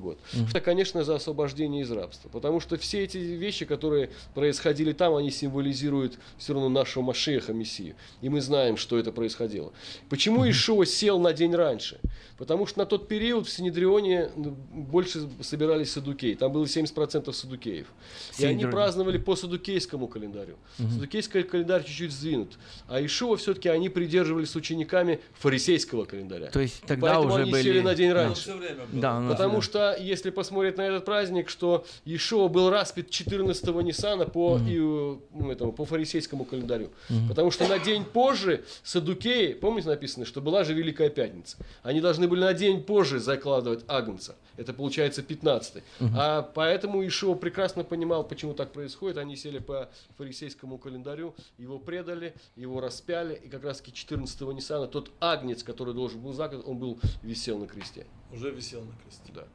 год. Это, конечно, за освобождение из рабства. Потому что все эти вещи, которые происходили там, они символизируют все равно нашего Машиаха, Мессию. И мы знаем, что это происходило. Почему Иешуа сел на день раньше? Потому что на тот период в Синедрионе больше собирались саддукеи. Там было 70% саддукеев. И они праздновали по саддукейскому календарю. Саддукейский календарь чуть-чуть сдвинут. А Иешуа все-таки они придерживались с учениками фарисейского календаря. То есть тогда поэтому уже они были... сели на день раньше. Да, потому что, если посмотреть на этот праздник, что Иешуа был распят 14-го Ниссана по фарисейскому календарю. Потому что на день позже саддукеи, помните написано, что была же Великая Пятница. Они должны были на день позже закладывать агнца. Это получается 15-й. А поэтому Иешуа прекрасно понимал, почему так происходит. Они сели по фарисейскому календарю, его предали, его распяли. И как раз таки 14-го Ниссана тот агнец, который должен был заклан, он был висел на кресте. Уже висел на кресте. Да.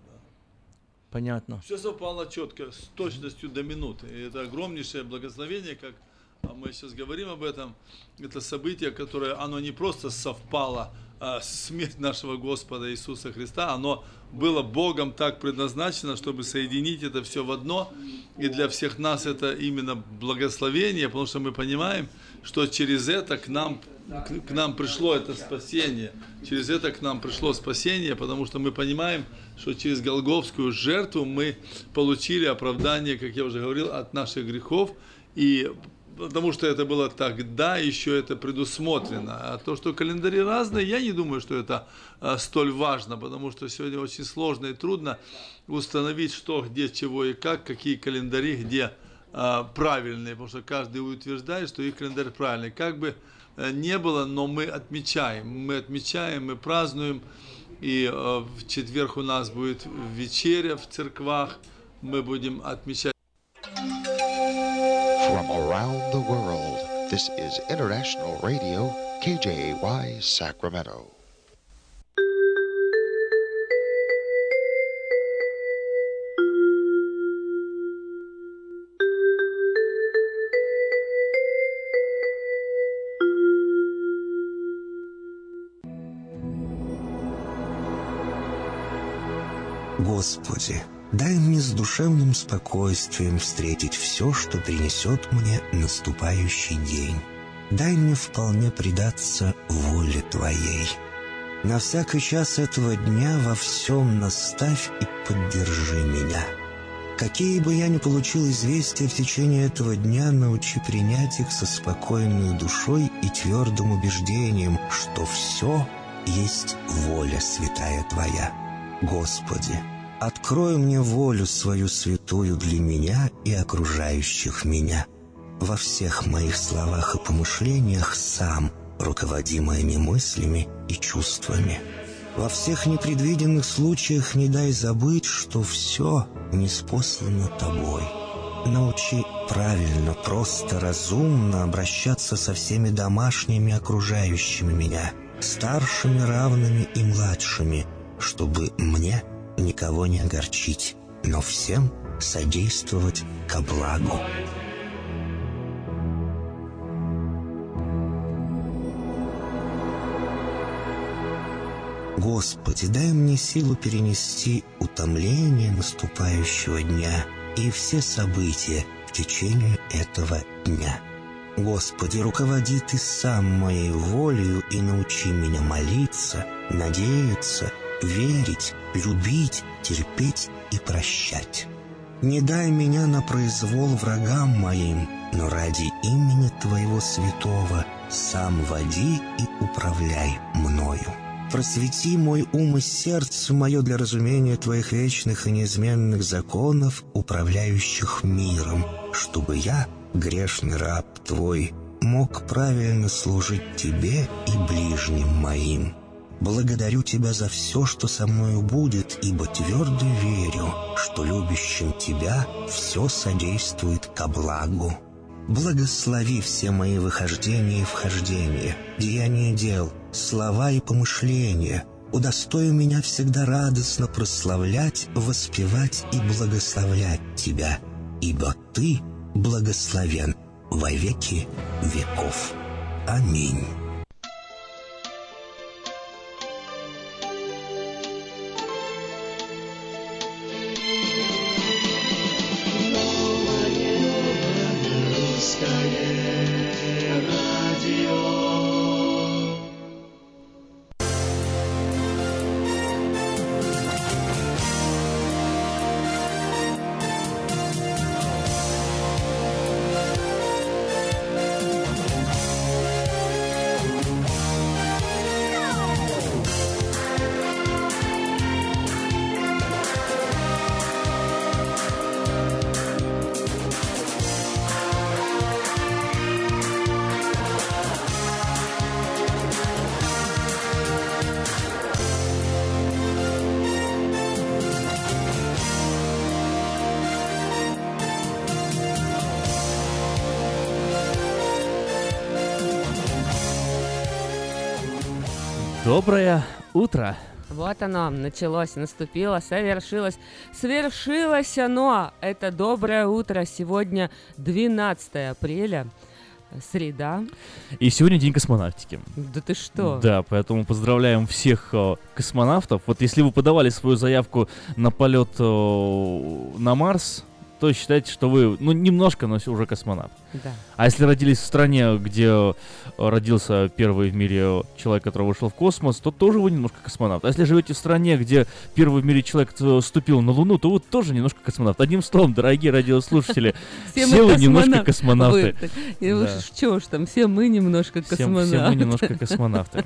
Понятно. Все совпало четко, с точностью до минуты. И это огромнейшее благословение, как мы сейчас говорим об этом. Это событие, которое, оно не просто совпало, смерть нашего Господа Иисуса Христа, оно было Богом так предназначено, чтобы соединить это все в одно. И для всех нас это именно благословение, потому что мы понимаем, что через это к нам пришло это спасение. Через это к нам пришло спасение, потому что мы понимаем, что через Голгофскую жертву мы получили оправдание, как я уже говорил, от наших грехов. И потому что это было тогда, еще это предусмотрено. А то, что календари разные, я не думаю, что это столь важно, потому что сегодня очень сложно и трудно установить, что, где, чего и как, какие календари, где правильные, потому что каждый утверждает, что их календарь правильный. Как бы не было, но мы отмечаем, мы празднуем, и в четверг у нас будет вечеря в церквах, мы будем отмечать. From around the world, this is International Radio, KJY, Sacramento. Господи, дай мне с душевным спокойствием встретить все, что принесет мне наступающий день. Дай мне вполне предаться воле Твоей. На всякий час этого дня во всем наставь и поддержи меня. Какие бы я ни получил известия в течение этого дня, научи принять их со спокойной душой и твердым убеждением, что все есть воля святая Твоя. Господи, открой мне волю свою святую для меня и окружающих меня. Во всех моих словах и помышлениях сам, руководи моими мыслями и чувствами. Во всех непредвиденных случаях не дай забыть, что все ниспослано Тобой. Научи правильно, просто, разумно обращаться со всеми домашними, окружающими меня, старшими, равными и младшими, чтобы мне никого не огорчить, но всем содействовать ко благу. Господи, дай мне силу перенести утомление наступающего дня и все события в течение этого дня. Господи, руководи Ты сам моей волею и научи меня молиться, надеяться, верить, любить, терпеть и прощать. Не дай меня на произвол врагам моим, но ради имени Твоего святого сам води и управляй мною. Просвети мой ум и сердце мое для разумения Твоих вечных и неизменных законов, управляющих миром, чтобы я, грешный раб Твой, мог правильно служить Тебе и ближним моим. Благодарю Тебя за все, что со мною будет, ибо твердо верю, что любящим Тебя все содействует ко благу. Благослови все мои выхождения и вхождения, деяния дел, слова и помышления. Удостой меня всегда радостно прославлять, воспевать и благословлять Тебя, ибо Ты благословен во веки веков. Аминь. Доброе утро. Вот оно, началось, наступило, совершилось. Свершилось оно. Это доброе утро. Сегодня 12 апреля, среда. И сегодня день космонавтики. Да ты что? Да, поэтому поздравляем всех космонавтов. Вот если вы подавали свою заявку на полет на Марс, то считайте, что вы, немножко, но уже космонавт. Да. А если родились в стране, где родился первый в мире человек, который вышел в космос, то тоже вы немножко космонавт. А если живете в стране, где первый в мире человек ступил на Луну, то вы тоже немножко космонавт. Одним словом, дорогие радиослушатели, все вы немножко космонавты. Чего ж там, все мы немножко космонавты. Все мы немножко космонавты.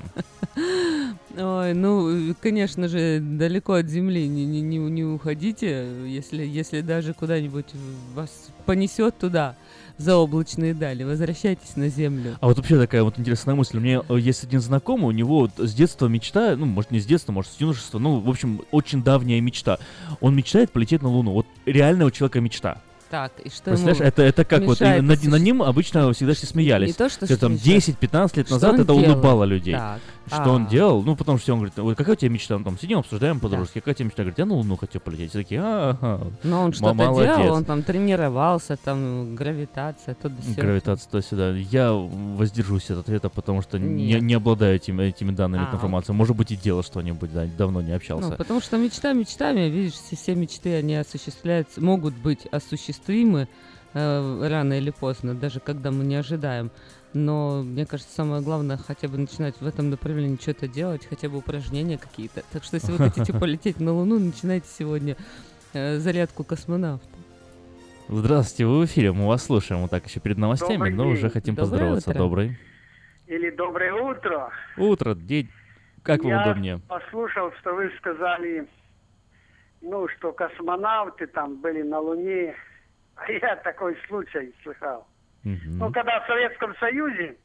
Ой, конечно же, далеко от Земли не уходите, если даже куда-нибудь вас понесет туда, в заоблачные дали, возвращайтесь на Землю. А вот вообще такая вот интересная мысль. У меня есть один знакомый, у него с детства мечта, может не с детства, может с юношества, в общем, очень давняя мечта. Он мечтает полететь на Луну. Вот реально у человека мечта. Так, и что представляешь, это как вот на ним обычно всегда все смеялись. Не то, что там 10-15 лет назад это улыбало людей. Так. Что он делал? Потому что он говорит, ой, какая у тебя мечта? Мы там сидим, обсуждаем по-дружески, какая у тебя мечта? Говорит, я на Луну хотел полететь. Все такие, но он что-то делал, он там тренировался, там гравитация, то да сё. Гравитация, то сюда. Я воздержусь от ответа, потому что не обладаю этими данными, информацией. Может быть, и делал что-нибудь, да, давно не общался. Потому что мечта мечтами, видишь, все мечты, они осуществляются, могут быть осуществимы рано или поздно, даже когда мы не ожидаем. Но, мне кажется, самое главное хотя бы начинать в этом направлении что-то делать, хотя бы упражнения какие-то. Так что, если вы хотите полететь на Луну, начинайте сегодня зарядку космонавта. Здравствуйте, вы в эфире, мы вас слушаем. Вот так еще перед новостями, но уже хотим поздороваться. Добрый. Или доброе утро. Утро, день. Как вам удобнее? Я послушал, что вы сказали, что космонавты там были на Луне. А я такой случай слыхал. Когда в Советском Союзе,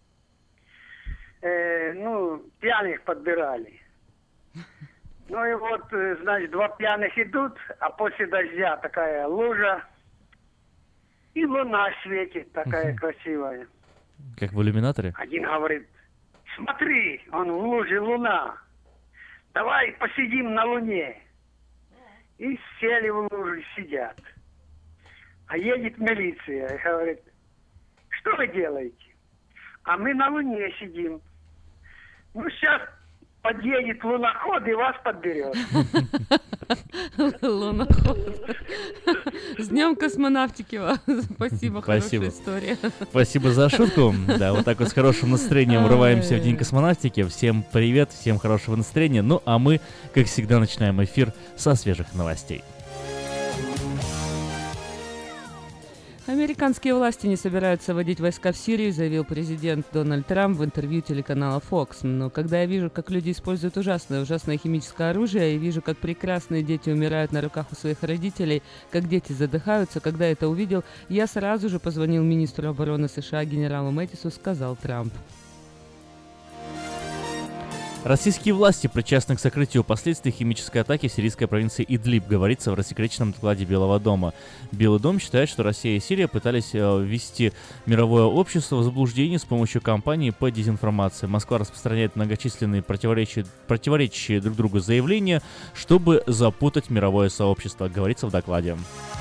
пьяных подбирали. И вот, значит, два пьяных идут, а после дождя такая лужа, и луна светит, такая красивая. Как в иллюминаторе? Один говорит, смотри, он в луже луна, давай посидим на Луне. И сели в лужу, сидят. А едет милиция и говорит, что вы делаете? А мы на Луне сидим. Сейчас подъедет луноход и вас подберет. Луноход. С днем космонавтики вас. Спасибо, хорошая история. Спасибо за шутку. Да, вот так вот с хорошим настроением врываемся в День космонавтики. Всем привет, всем хорошего настроения. А мы, как всегда, начинаем эфир со свежих новостей. Американские власти не собираются вводить войска в Сирию, заявил президент Дональд Трамп в интервью телеканала Fox. Но когда я вижу, как люди используют ужасное химическое оружие, и вижу, как прекрасные дети умирают на руках у своих родителей, как дети задыхаются, когда это увидел, я сразу же позвонил министру обороны США генералу Мэттису, сказал Трамп. Российские власти причастны к сокрытию последствий химической атаки в сирийской провинции Идлиб, говорится в рассекреченном докладе Белого дома. Белый дом считает, что Россия и Сирия пытались ввести мировое общество в заблуждение с помощью кампании по дезинформации. Москва распространяет многочисленные противоречащие друг другу заявления, чтобы запутать мировое сообщество, говорится в докладе.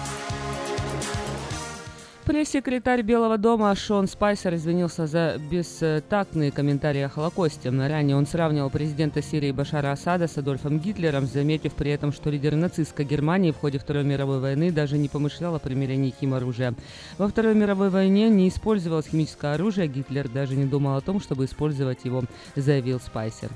Пресс-секретарь Белого дома Шон Спайсер извинился за бестактные комментарии о Холокосте. Ранее он сравнивал президента Сирии Башара Асада с Адольфом Гитлером, заметив при этом, что лидер нацистской Германии в ходе Второй мировой войны даже не помышлял о применении химоружия. Во Второй мировой войне не использовалось химическое оружие, Гитлер даже не думал о том, чтобы использовать его, заявил Спайсер.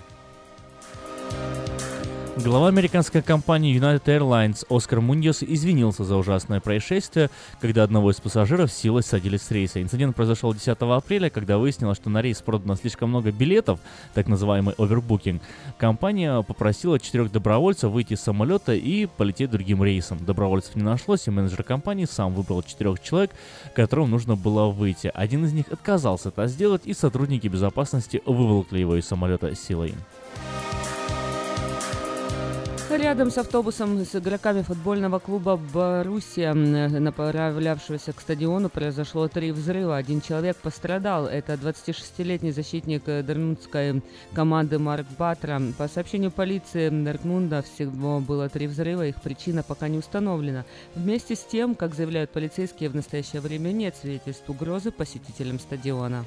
Глава американской компании United Airlines Оскар Муньос извинился за ужасное происшествие, когда одного из пассажиров силой садили с рейса. Инцидент произошел 10 апреля, когда выяснилось, что на рейс продано слишком много билетов, так называемый овербукинг. Компания попросила 4 добровольцев выйти из самолета и полететь другим рейсом. Добровольцев не нашлось, и менеджер компании сам выбрал 4 человек, которым нужно было выйти. Один из них отказался это сделать, и сотрудники безопасности выволокли его из самолета силой. Рядом с автобусом с игроками футбольного клуба «Боруссия», направлявшегося к стадиону, произошло 3 взрыва. 1 человек пострадал. Это 26-летний защитник дортмундской команды Марк Батра. По сообщению полиции Дортмунда, всего было 3 взрыва. Их причина пока не установлена. Вместе с тем, как заявляют полицейские, в настоящее время нет свидетельств угрозы посетителям стадиона.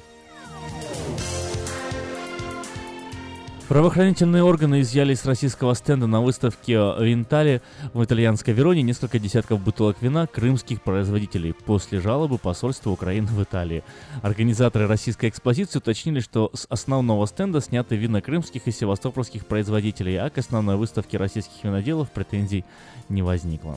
Правоохранительные органы изъяли с российского стенда на выставке Винтали в итальянской Вероне несколько десятков бутылок вина крымских производителей после жалобы посольства Украины в Италии. Организаторы российской экспозиции уточнили, что с основного стенда сняты вина крымских и севастопольских производителей, а к основной выставке российских виноделов претензий не возникло.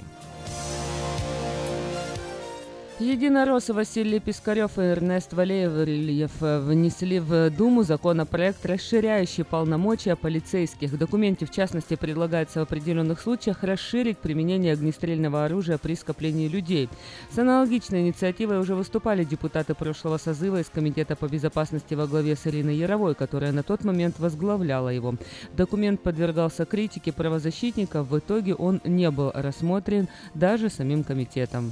Единороссы Василий Пискарев и Эрнест Валерьев внесли в Думу законопроект, расширяющий полномочия полицейских. В документе, в частности, предлагается в определенных случаях расширить применение огнестрельного оружия при скоплении людей. С аналогичной инициативой уже выступали депутаты прошлого созыва из Комитета по безопасности во главе с Ириной Яровой, которая на тот момент возглавляла его. Документ подвергался критике правозащитников. В итоге он не был рассмотрен даже самим комитетом.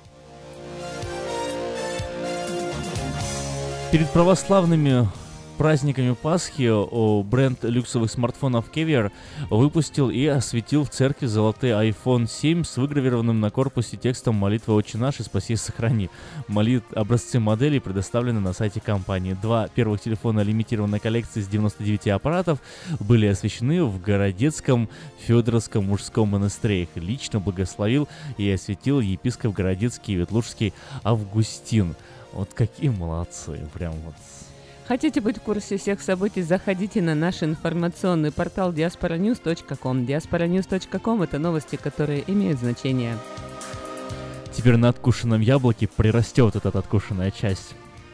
Перед православными праздниками Пасхи бренд люксовых смартфонов Caviar выпустил и осветил в церкви золотые iPhone 7 с выгравированным на корпусе текстом молитвы «Отче наш, и спаси и сохрани». Образцы моделей предоставлены на сайте компании. 2 первых телефона лимитированной коллекции с 99 аппаратов были освящены в Городецком Федоровском мужском монастыре. Их лично благословил и осветил епископ Городецкий и Ветлужский Августин. Вот какие молодцы, прям вот. Хотите быть в курсе всех событий, заходите на наш информационный портал diasporanews.com. diasporanews.com — это новости, которые имеют значение. Теперь на откушенном яблоке прирастет эта откушенная часть.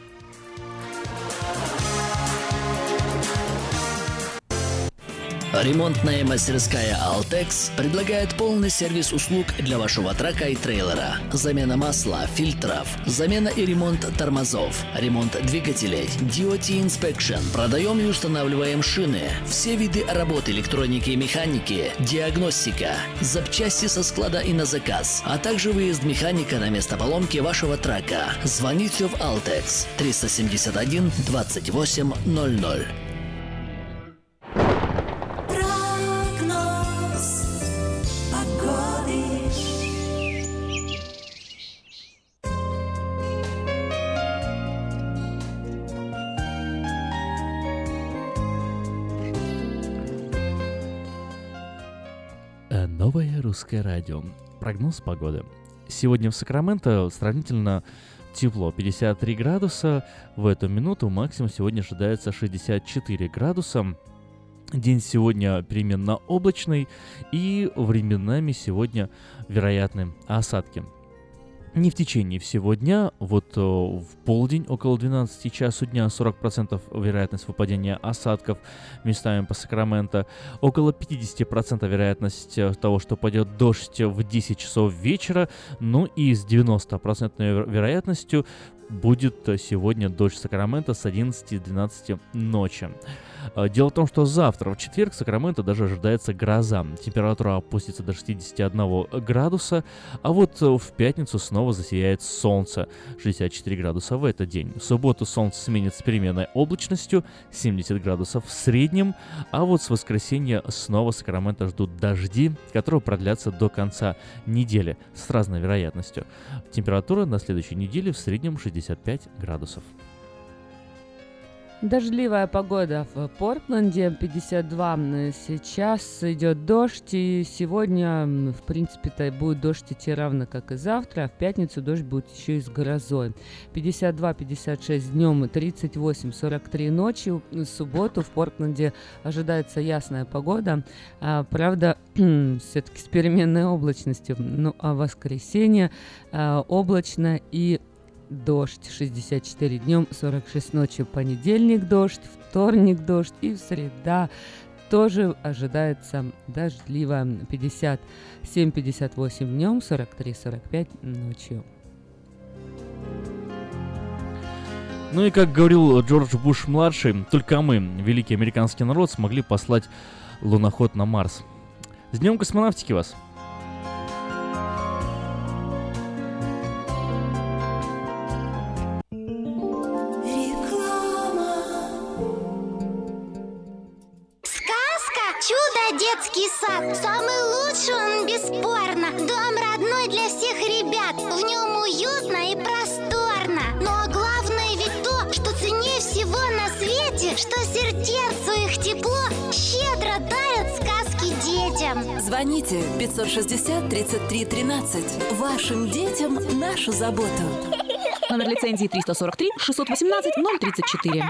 Ремонтная мастерская «Алтекс» предлагает полный сервис услуг для вашего трака и трейлера. Замена масла, фильтров, замена и ремонт тормозов, ремонт двигателей, DOT Inspection. Продаем и устанавливаем шины, все виды работы электроники и механики, диагностика, запчасти со склада и на заказ, а также выезд механика на место поломки вашего трака. Звоните в «Алтекс» 371 28 00. Новое русское радио. Прогноз погоды. Сегодня в Сакраменто сравнительно тепло, 53 градуса. В эту минуту максимум сегодня ожидается 64 градуса. День сегодня переменно облачный и временами сегодня вероятны осадки. Не в течение всего дня, вот в полдень, около 12 часу дня, 40% вероятность выпадения осадков местами по Сакраменто, около 50% вероятность того, что пойдет дождь в 10 часов вечера, ну и с 90% вероятностью будет сегодня дождь в Сакраменто с 11-12 ночи. Дело в том, что завтра, в четверг, в Сакраменто даже ожидается гроза. Температура опустится до 61 градуса, а вот в пятницу снова засияет солнце, 64 градуса в этот день. В субботу солнце сменится переменной облачностью, 70 градусов в среднем, а вот с воскресенья снова Сакраменто ждут дожди, которые продлятся до конца недели с разной вероятностью. Температура на следующей неделе в среднем 65 градусов. Дождливая погода в Портленде, 52. Сейчас идет дождь, и сегодня, в принципе-то, будет дождь идти равно, как и завтра, а в пятницу дождь будет еще и с грозой. 52-56 днем, 38-43 ночью. В субботу в Портленде ожидается ясная погода, правда, все-таки с переменной облачностью. Ну, а в воскресенье облачно и дождь, 64 днем, 46 ночью, понедельник дождь, вторник дождь и среда тоже ожидается дождливо, 57-58 днем, 43-45 ночью. Ну и как говорил Джордж Буш-младший, только мы, великий американский народ, смогли послать луноход на Марс. С Днем космонавтики вас! Детский сад. Самый лучший он, бесспорно. Дом родной для всех ребят. В нем уютно и просторно. Но главное ведь то, что ценнее всего на свете, что сердцу их тепло щедро дарят сказки детям. Звоните 560-33-13. Вашим детям нашу заботу. Номер лицензии 343-618-034.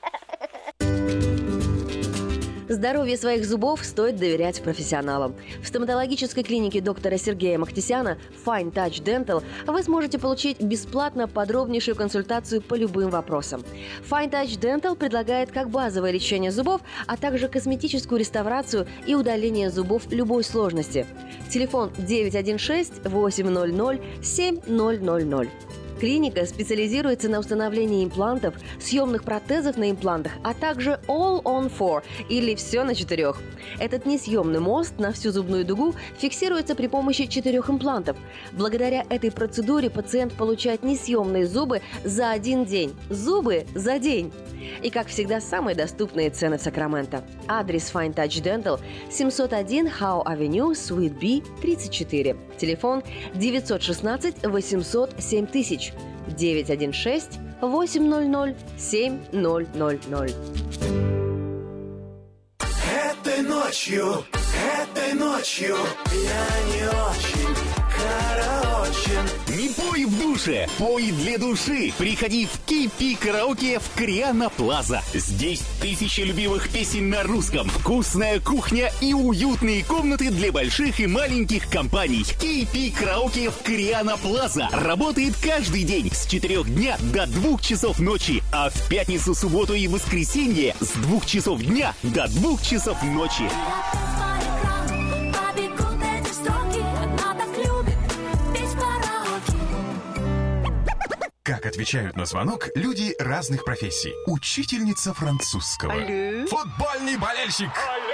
Здоровье своих зубов стоит доверять профессионалам. В стоматологической клинике доктора Сергея Махтисяна Fine Touch Dental вы сможете получить бесплатно подробнейшую консультацию по любым вопросам. Fine Touch Dental предлагает как базовое лечение зубов, а также косметическую реставрацию и удаление зубов любой сложности. Телефон 916-800-7000. Клиника специализируется на установлении имплантов, съемных протезов на имплантах, а также All on 4 или «Все на 4». Этот несъемный мост на всю зубную дугу фиксируется при помощи 4 имплантов. Благодаря этой процедуре пациент получает несъемные зубы за один день. Зубы за день! И, как всегда, самые доступные цены в Сакраменто. Адрес Fine Touch Dental 701 Howe Avenue, Suite B, 34. Телефон 916-800-7000. 916-800-7000. Этой ночью я не очень караочен. Не пой в душе, пой для души. Приходи в KP Караоке в Криана Плаза. Здесь тысячи любимых песен на русском, вкусная кухня и уютные комнаты для больших и маленьких компаний. KP Караоке в Криана Плаза работает каждый день с 4 дня до 2 часов ночи, а в пятницу, субботу и воскресенье с 2 часов дня до 2 часов ночи. Как отвечают на звонок люди разных профессий. Учительница французского. Алле. Футбольный болельщик.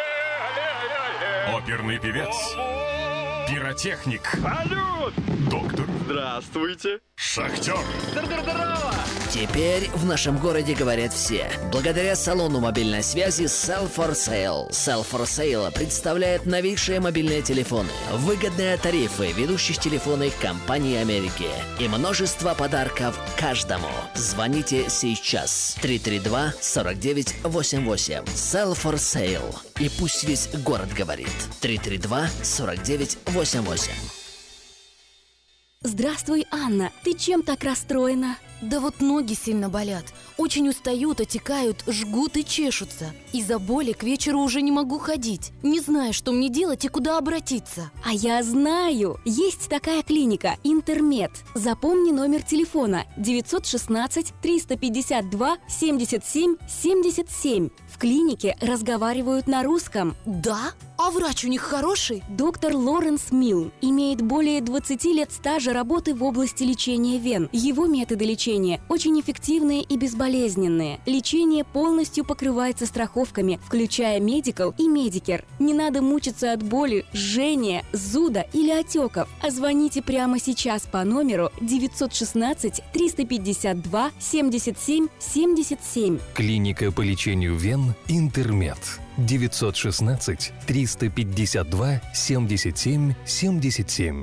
Алле. Оперный певец. Пиротехник. Салют! Доктор. Здравствуйте. Шахтер. Здорово! Теперь в нашем городе говорят все. Благодаря салону мобильной связи Cell for Sale. Cell for Sale представляет новейшие мобильные телефоны, выгодные тарифы ведущих телефонных компаний Америки и множество подарков каждому. Звоните сейчас. 332-4988. Cell for Sale. И пусть весь город говорит. 332-4988. Здравствуй, Анна. Ты чем так расстроена? Да вот ноги сильно болят. Очень устают, отекают, жгут и чешутся. Из-за боли к вечеру уже не могу ходить. Не знаю, что мне делать и куда обратиться. А я знаю! Есть такая клиника «Интермед». Запомни номер телефона 916-352-77-77. В клинике разговаривают на русском. Да? А врач у них хороший? Доктор Лоренс Милн имеет более 20 лет стажа работы в области лечения вен. Его методы лечения очень эффективные и безболезненные. Лечение полностью покрывается страховками, включая Medical и Medicare. Не надо мучиться от боли, жжения, зуда или отеков. А звоните прямо сейчас по номеру 916-352-77-77. Клиника по лечению вен «Интермед». 916-352-77-77.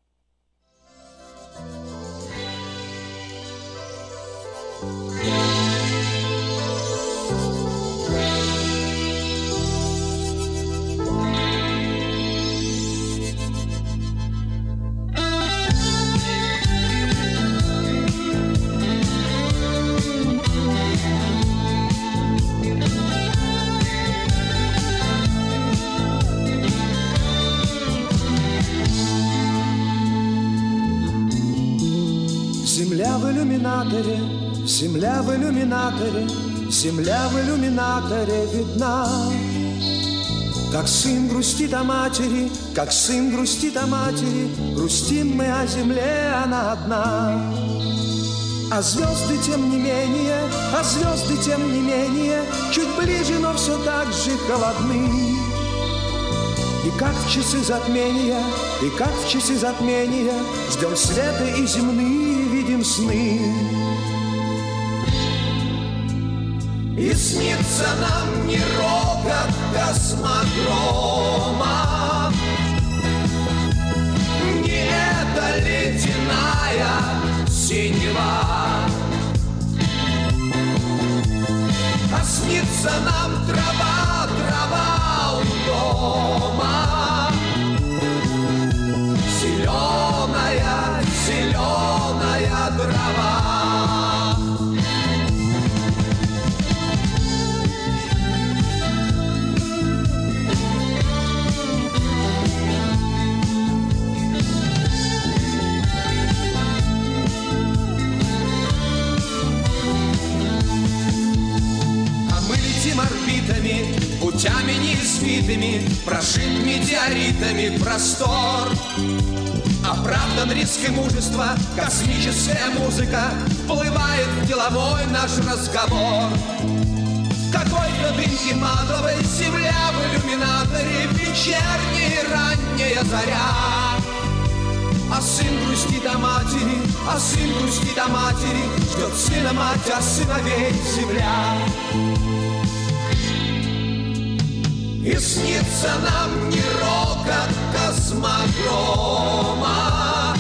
Земля в иллюминаторе, земля в иллюминаторе, земля в иллюминаторе видна. Как сын грустит о матери, как сын грустит о матери, грустим мы о земле, она одна. А звезды тем не менее, а звезды тем не менее, чуть ближе, но все так же холодны. И как в часы затмения, и как в часы затмения ждем света и земные видим сны. И снится нам не рокот космодрома, не эта ледяная синева, а снится нам трава, трава у дома, зеленая, зеленая трава. Орбитами, путями неизвитыми, прошит метеоритами простор. Оправдан риск и мужество, космическая музыка вплывает в деловой наш разговор. В какой-то дымке матовой земля в иллюминаторе, вечерняя ранняя заря. А сын грустит о матери, а сын грустит о матери, ждет сына мать, а сыновей земля. И снится нам не рокот космодрома,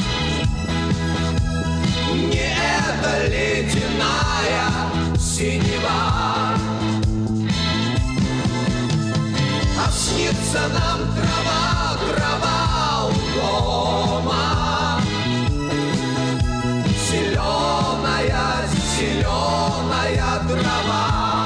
не эта ледяная синева, а снится нам трава, трава у дома, зеленая, зеленая трава.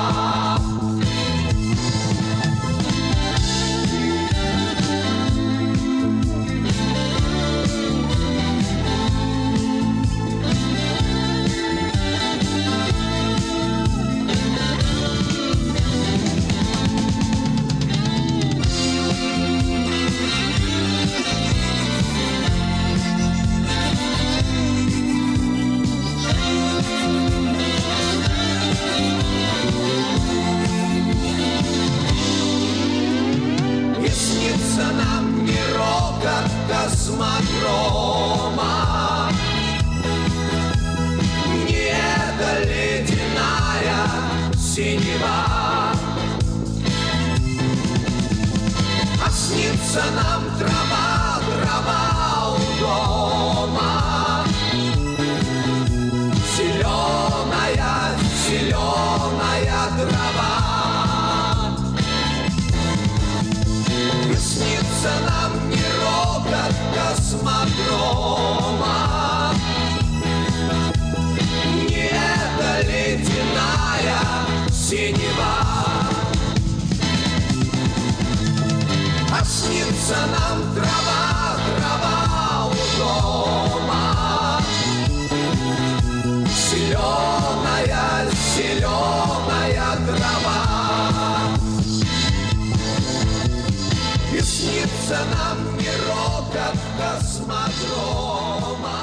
Космодрома, не эта ледяная синева, а снится нам трава, трава у дома, зеленая, зеленая трава. И снится нам не рокот космодрома, не эта ледяная синева, а снится нам трава, трава у дома, зеленая, зеленая трава. И снится нам не рокот космодрома,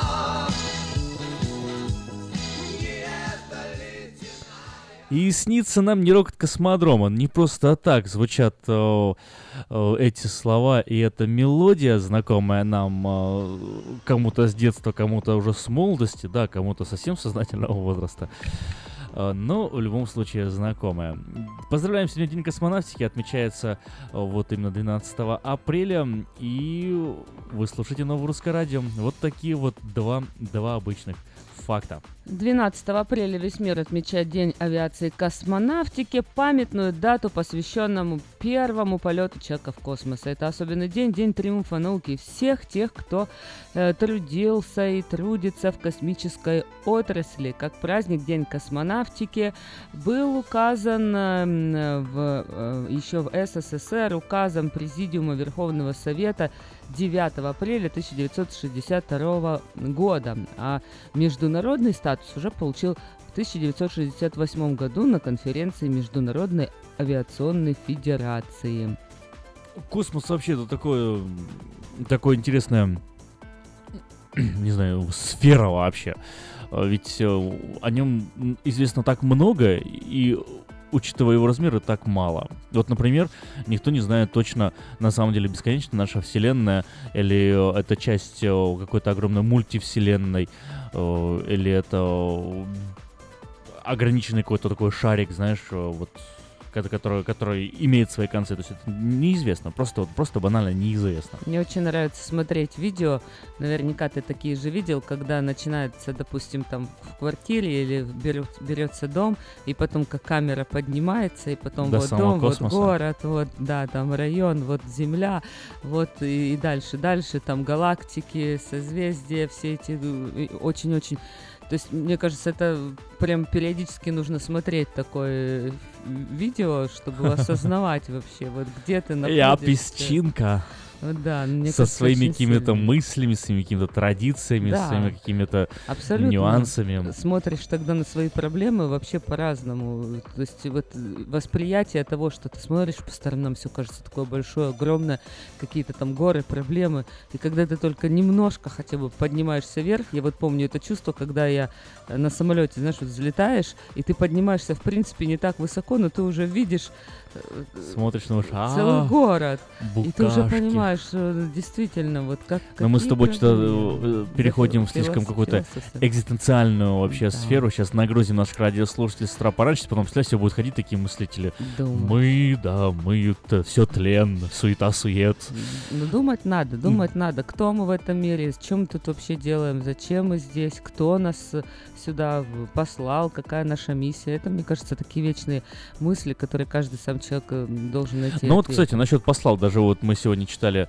не эта ледяная... И снится нам не рокот космодрома. Не просто так звучат эти слова и эта мелодия, знакомая нам кому-то с детства, кому-то уже с молодости, да, кому-то совсем сознательного возраста. Но в любом случае знакомая. Поздравляем, сегодня День космонавтики, отмечается вот именно 12 апреля, и вы слушаете Новое Русское Радио. Вот такие вот два обычных факта. 12 апреля весь мир отмечает День авиации и космонавтики, памятную дату, посвященному первому полету человека в космос. Это особенный день, день триумфа науки всех тех, кто трудился и трудится в космической отрасли. Как праздник День космонавтики был указан еще в СССР указом Президиума Верховного Совета 9 апреля 1962 года, а международный статус уже получил в 1968 году на конференции Международной авиационной федерации. Космос вообще это такое интересное, не знаю, сфера вообще. Ведь о нем известно так много, и учитывая его размеры, так мало. Вот, например, никто не знает точно, на самом деле, бесконечна наша Вселенная, или это часть какой-то огромной мультивселенной, или это ограниченный какой-то такой шарик, знаешь, вот, который имеет свои концы. То есть это неизвестно, просто банально неизвестно. Мне очень нравится смотреть видео, наверняка ты такие же видел, когда начинается, допустим, там в квартире или берется дом, и потом как камера поднимается, и потом до вот самого дом, космоса. вот город, вот, да, там район, вот Земля, вот и дальше там галактики, созвездия, все эти очень-очень... То есть, мне кажется, это прям периодически нужно смотреть такое видео, чтобы осознавать вообще, вот где ты находишься. Я песчинка. Да, мне со кажется, своими какими-то сильно. мыслями, своими какими-то традициями, Да. своими какими-то Абсолютно. нюансами. Смотришь тогда на свои проблемы вообще по-разному. То есть вот восприятие того, что ты смотришь по сторонам, все кажется такое большое, огромное, какие-то там горы, проблемы. И когда ты только немножко хотя бы поднимаешься вверх, я вот помню это чувство, когда я на самолете, знаешь, вот взлетаешь, и ты поднимаешься, в принципе, не так высоко, но ты уже видишь Смотришь, думаешь, целый город. букашки. И ты уже понимаешь, что действительно, вот как... Но мы с тобой проблемы. что-то переходим в слишком какую-то экзистенциальную вообще сферу. Сейчас нагрузим наших радиослушателей с утра пораньше, потом после все будут ходить такие мыслители. Мы, все тлен, суета-сует. Ну, думать надо. Кто мы в этом мире, чем мы тут вообще делаем, зачем мы здесь, кто нас сюда послал, какая наша миссия. Это, мне кажется, такие вечные мысли, которые каждый сам человек должен найти. Ну вот, кстати, насчет послал, даже вот мы сегодня читали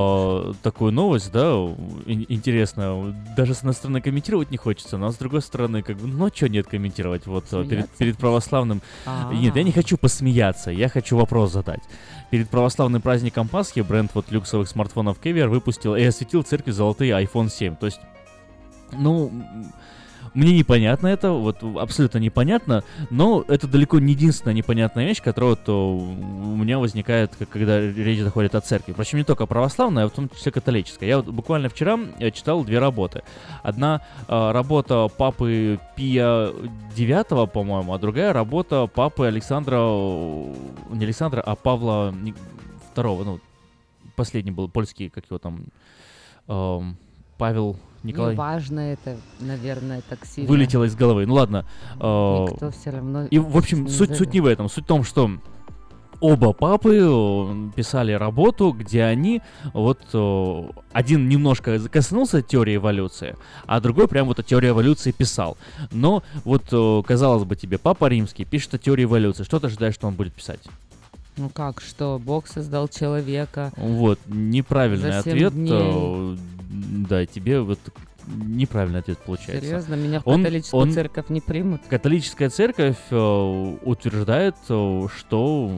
такую новость, да, интересно, даже с одной стороны комментировать не хочется, но с другой стороны, как бы, ну что нет комментировать, вот перед православным... Нет, я не хочу посмеяться, я хочу вопрос задать. Перед православным праздником Пасхи бренд вот люксовых смартфонов Kevier выпустил и осветил церкви золотые iPhone 7, то есть, ну... Мне непонятно это, вот абсолютно непонятно, но это далеко не единственная непонятная вещь, которая вот у меня возникает, когда речь заходит о церкви. Причем не только православная, а в том числе католическая. Я вот буквально вчера читал две работы. Одна работа папы Пия IX, по-моему, а другая работа папы Александра, не Александра, а Павла II, ну, последний был польский, как его там, Павел... Николай. Неважно это, наверное, так сильно. Вылетело из головы. Ну ладно. Никто все равно... И, в общем, суть не в этом. Суть в том, что оба папы писали работу, где они вот один немножко коснулся теории эволюции, а другой прям вот о теории эволюции писал. Но вот, казалось бы тебе, Папа Римский пишет о теории эволюции. Что ты ожидаешь, что он будет писать? Ну как, что Бог создал человека? Вот, неправильный ответ. Дней. Да, тебе вот неправильный ответ получается. Серьезно? Меня в католическую церковь не примут? Католическая церковь утверждает, что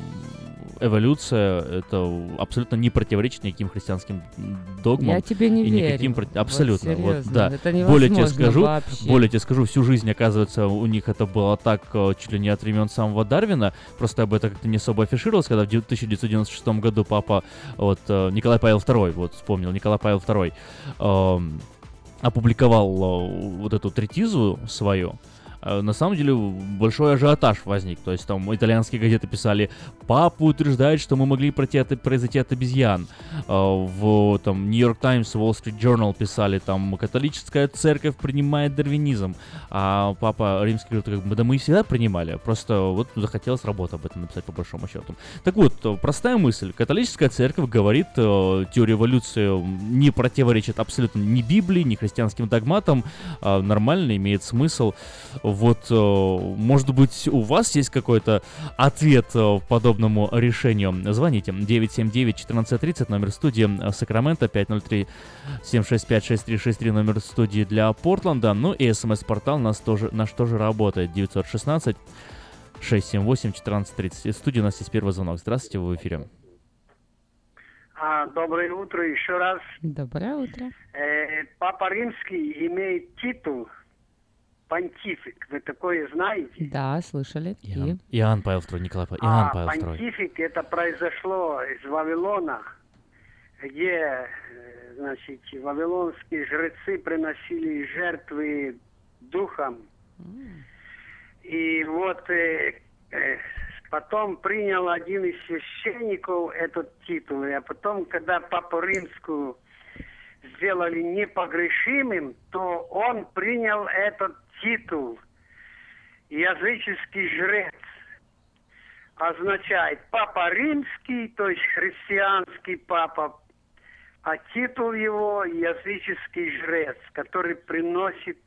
эволюция это абсолютно не противоречит никаким христианским догмам. Я тебе не верю. Абсолютно. Вот, вот, да. Это невозможно более тебе скажу, всю жизнь, оказывается, у них это было так чуть ли не от времен самого Дарвина. Просто об этом как-то не особо афишировалось, когда в 1996 году папа вот, Николай Павел II, вот вспомнил, Николай Павел II опубликовал вот эту третизу свою. На самом деле большой ажиотаж возник. То есть там итальянские газеты писали: папа утверждает, что мы могли произойти от обезьян. В там New York Times, Wall Street Journal писали: там католическая церковь принимает дарвинизм. А папа Римский говорит: как бы, да мы и всегда принимали. Просто вот захотелось работу об этом написать по большому счету. Так вот, простая мысль. Католическая церковь говорит, теория эволюции не противоречит абсолютно ни Библии, ни христианским догматам. Нормально, имеет смысл. Вот, может быть, у вас есть какой-то ответ по подобному решению? Звоните 979-1430, номер студии Сакраменто, 503-765-6363, номер студии для Портленда. Ну и смс-портал наш тоже работает, 916-678-1430. В студии у нас есть первый звонок. Здравствуйте, вы в эфире. Доброе утро еще раз. Доброе утро. Папа Римский имеет титул понтифик. Вы такое знаете? Да, слышали. Иоанн Павел II, Николай Павел. Иоанн Павел II. Понтифик это произошло из Вавилона, где, значит, вавилонские жрецы приносили жертвы духам. И вот потом принял один из священников этот титул, а потом, когда Папу Римскую сделали непогрешимым, то он принял этот титул. Языческий жрец означает Папа Римский, то есть христианский папа, а титул его языческий жрец, который приносит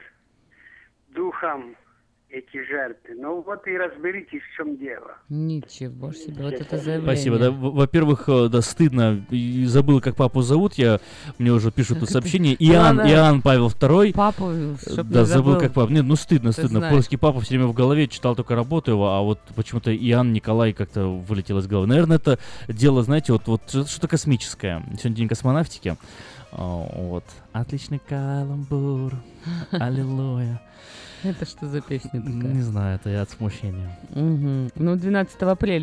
духам эти жертвы. Ну вот и разберитесь, в чем дело. Ничего себе, вот это заявление. Спасибо. Да, во-первых, да, стыдно. И забыл, как папу зовут. Мне уже пишут тут сообщение. Иоанн Павел II. Папу, да, забыл, как папа. Нет, ну стыдно. Польский папа все время в голове, читал только работу его, а вот почему-то Иоанн Николай как-то вылетел из головы. Наверное, это дело, знаете, вот что-то космическое. Сегодня день космонавтики. Вот. Отличный каламбур. Аллилуйя. Это что за песня такая? Не знаю, это я от смущения. Угу. Ну, 12 апреля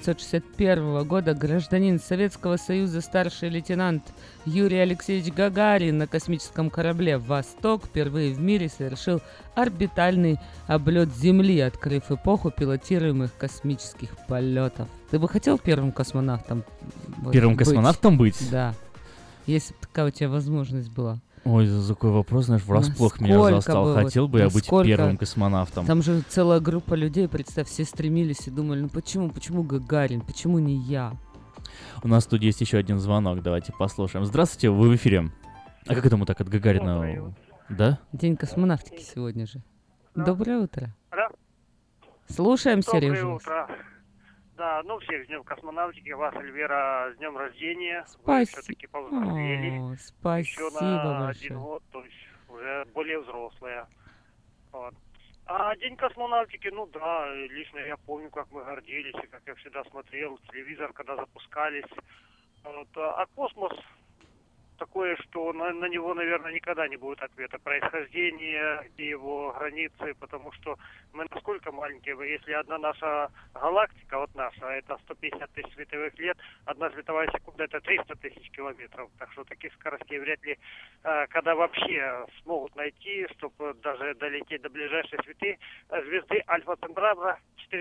1961 года гражданин Советского Союза старший лейтенант Юрий Алексеевич Гагарин на космическом корабле «Восток» впервые в мире совершил орбитальный облет Земли, открыв эпоху пилотируемых космических полетов. Ты бы хотел первым космонавтом Первым космонавтом быть? Да. Если бы такая у тебя возможность была. Ой, за такой вопрос, знаешь, врасплох меня застал. Хотел бы я быть первым космонавтом. Там же целая группа людей, представь, все стремились и думали, ну почему Гагарин, почему не я? У нас тут есть еще один звонок, давайте послушаем. Здравствуйте, вы в эфире. А как это мы так от Гагарина? Да? День космонавтики сегодня же. Да. Доброе утро. Да. Слушаем, Сережа. Доброе утро. Да, ну всех с Днем космонавтики, вас, Эльвира, с Днем рождения. Спасибо. Вы все-таки повзрослели. Спасибо еще на большое. 1 год, то есть уже более взрослая. Вот. А День космонавтики, ну да, лично я помню, как мы гордились, и как я всегда смотрел телевизор, когда запускались. Вот. А космос такое, что на него, наверное, никогда не будет ответа. Происхождение, где его границы, потому что мы насколько маленькие. Если одна наша галактика, вот наша, это 150 тысяч световых лет, одна световая секунда это 300 тысяч километров. Так что таких скоростей вряд ли, когда вообще смогут найти, чтобы даже долететь до ближайшей звезды Альфа Центавра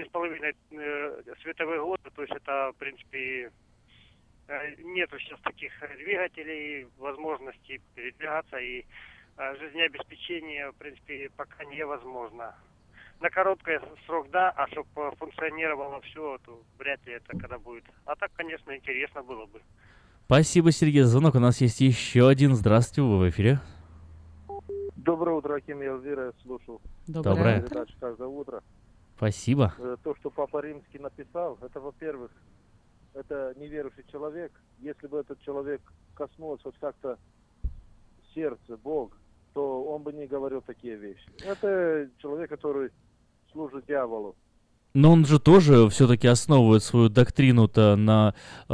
4,5 световых года. То есть это, в принципе, нету сейчас таких двигателей, возможностей передвигаться, и жизнеобеспечение, в принципе, пока невозможно. На короткий срок, да, а чтобы функционировало все, то вряд ли это когда будет. А так, конечно, интересно было бы. Спасибо, Сергей, за звонок. У нас есть еще один. Здравствуйте, вы в эфире. Доброе утро, Аким, я Эльвира, я слушал. Доброе. Передачу каждое утро. Спасибо. То, что Папа Римский написал, это, во-первых, это неверующий человек. Если бы этот человек коснулся вот как-то сердца, Бог, то он бы не говорил такие вещи. Это человек, который служит дьяволу. Но он же тоже все-таки основывает свою доктрину-то на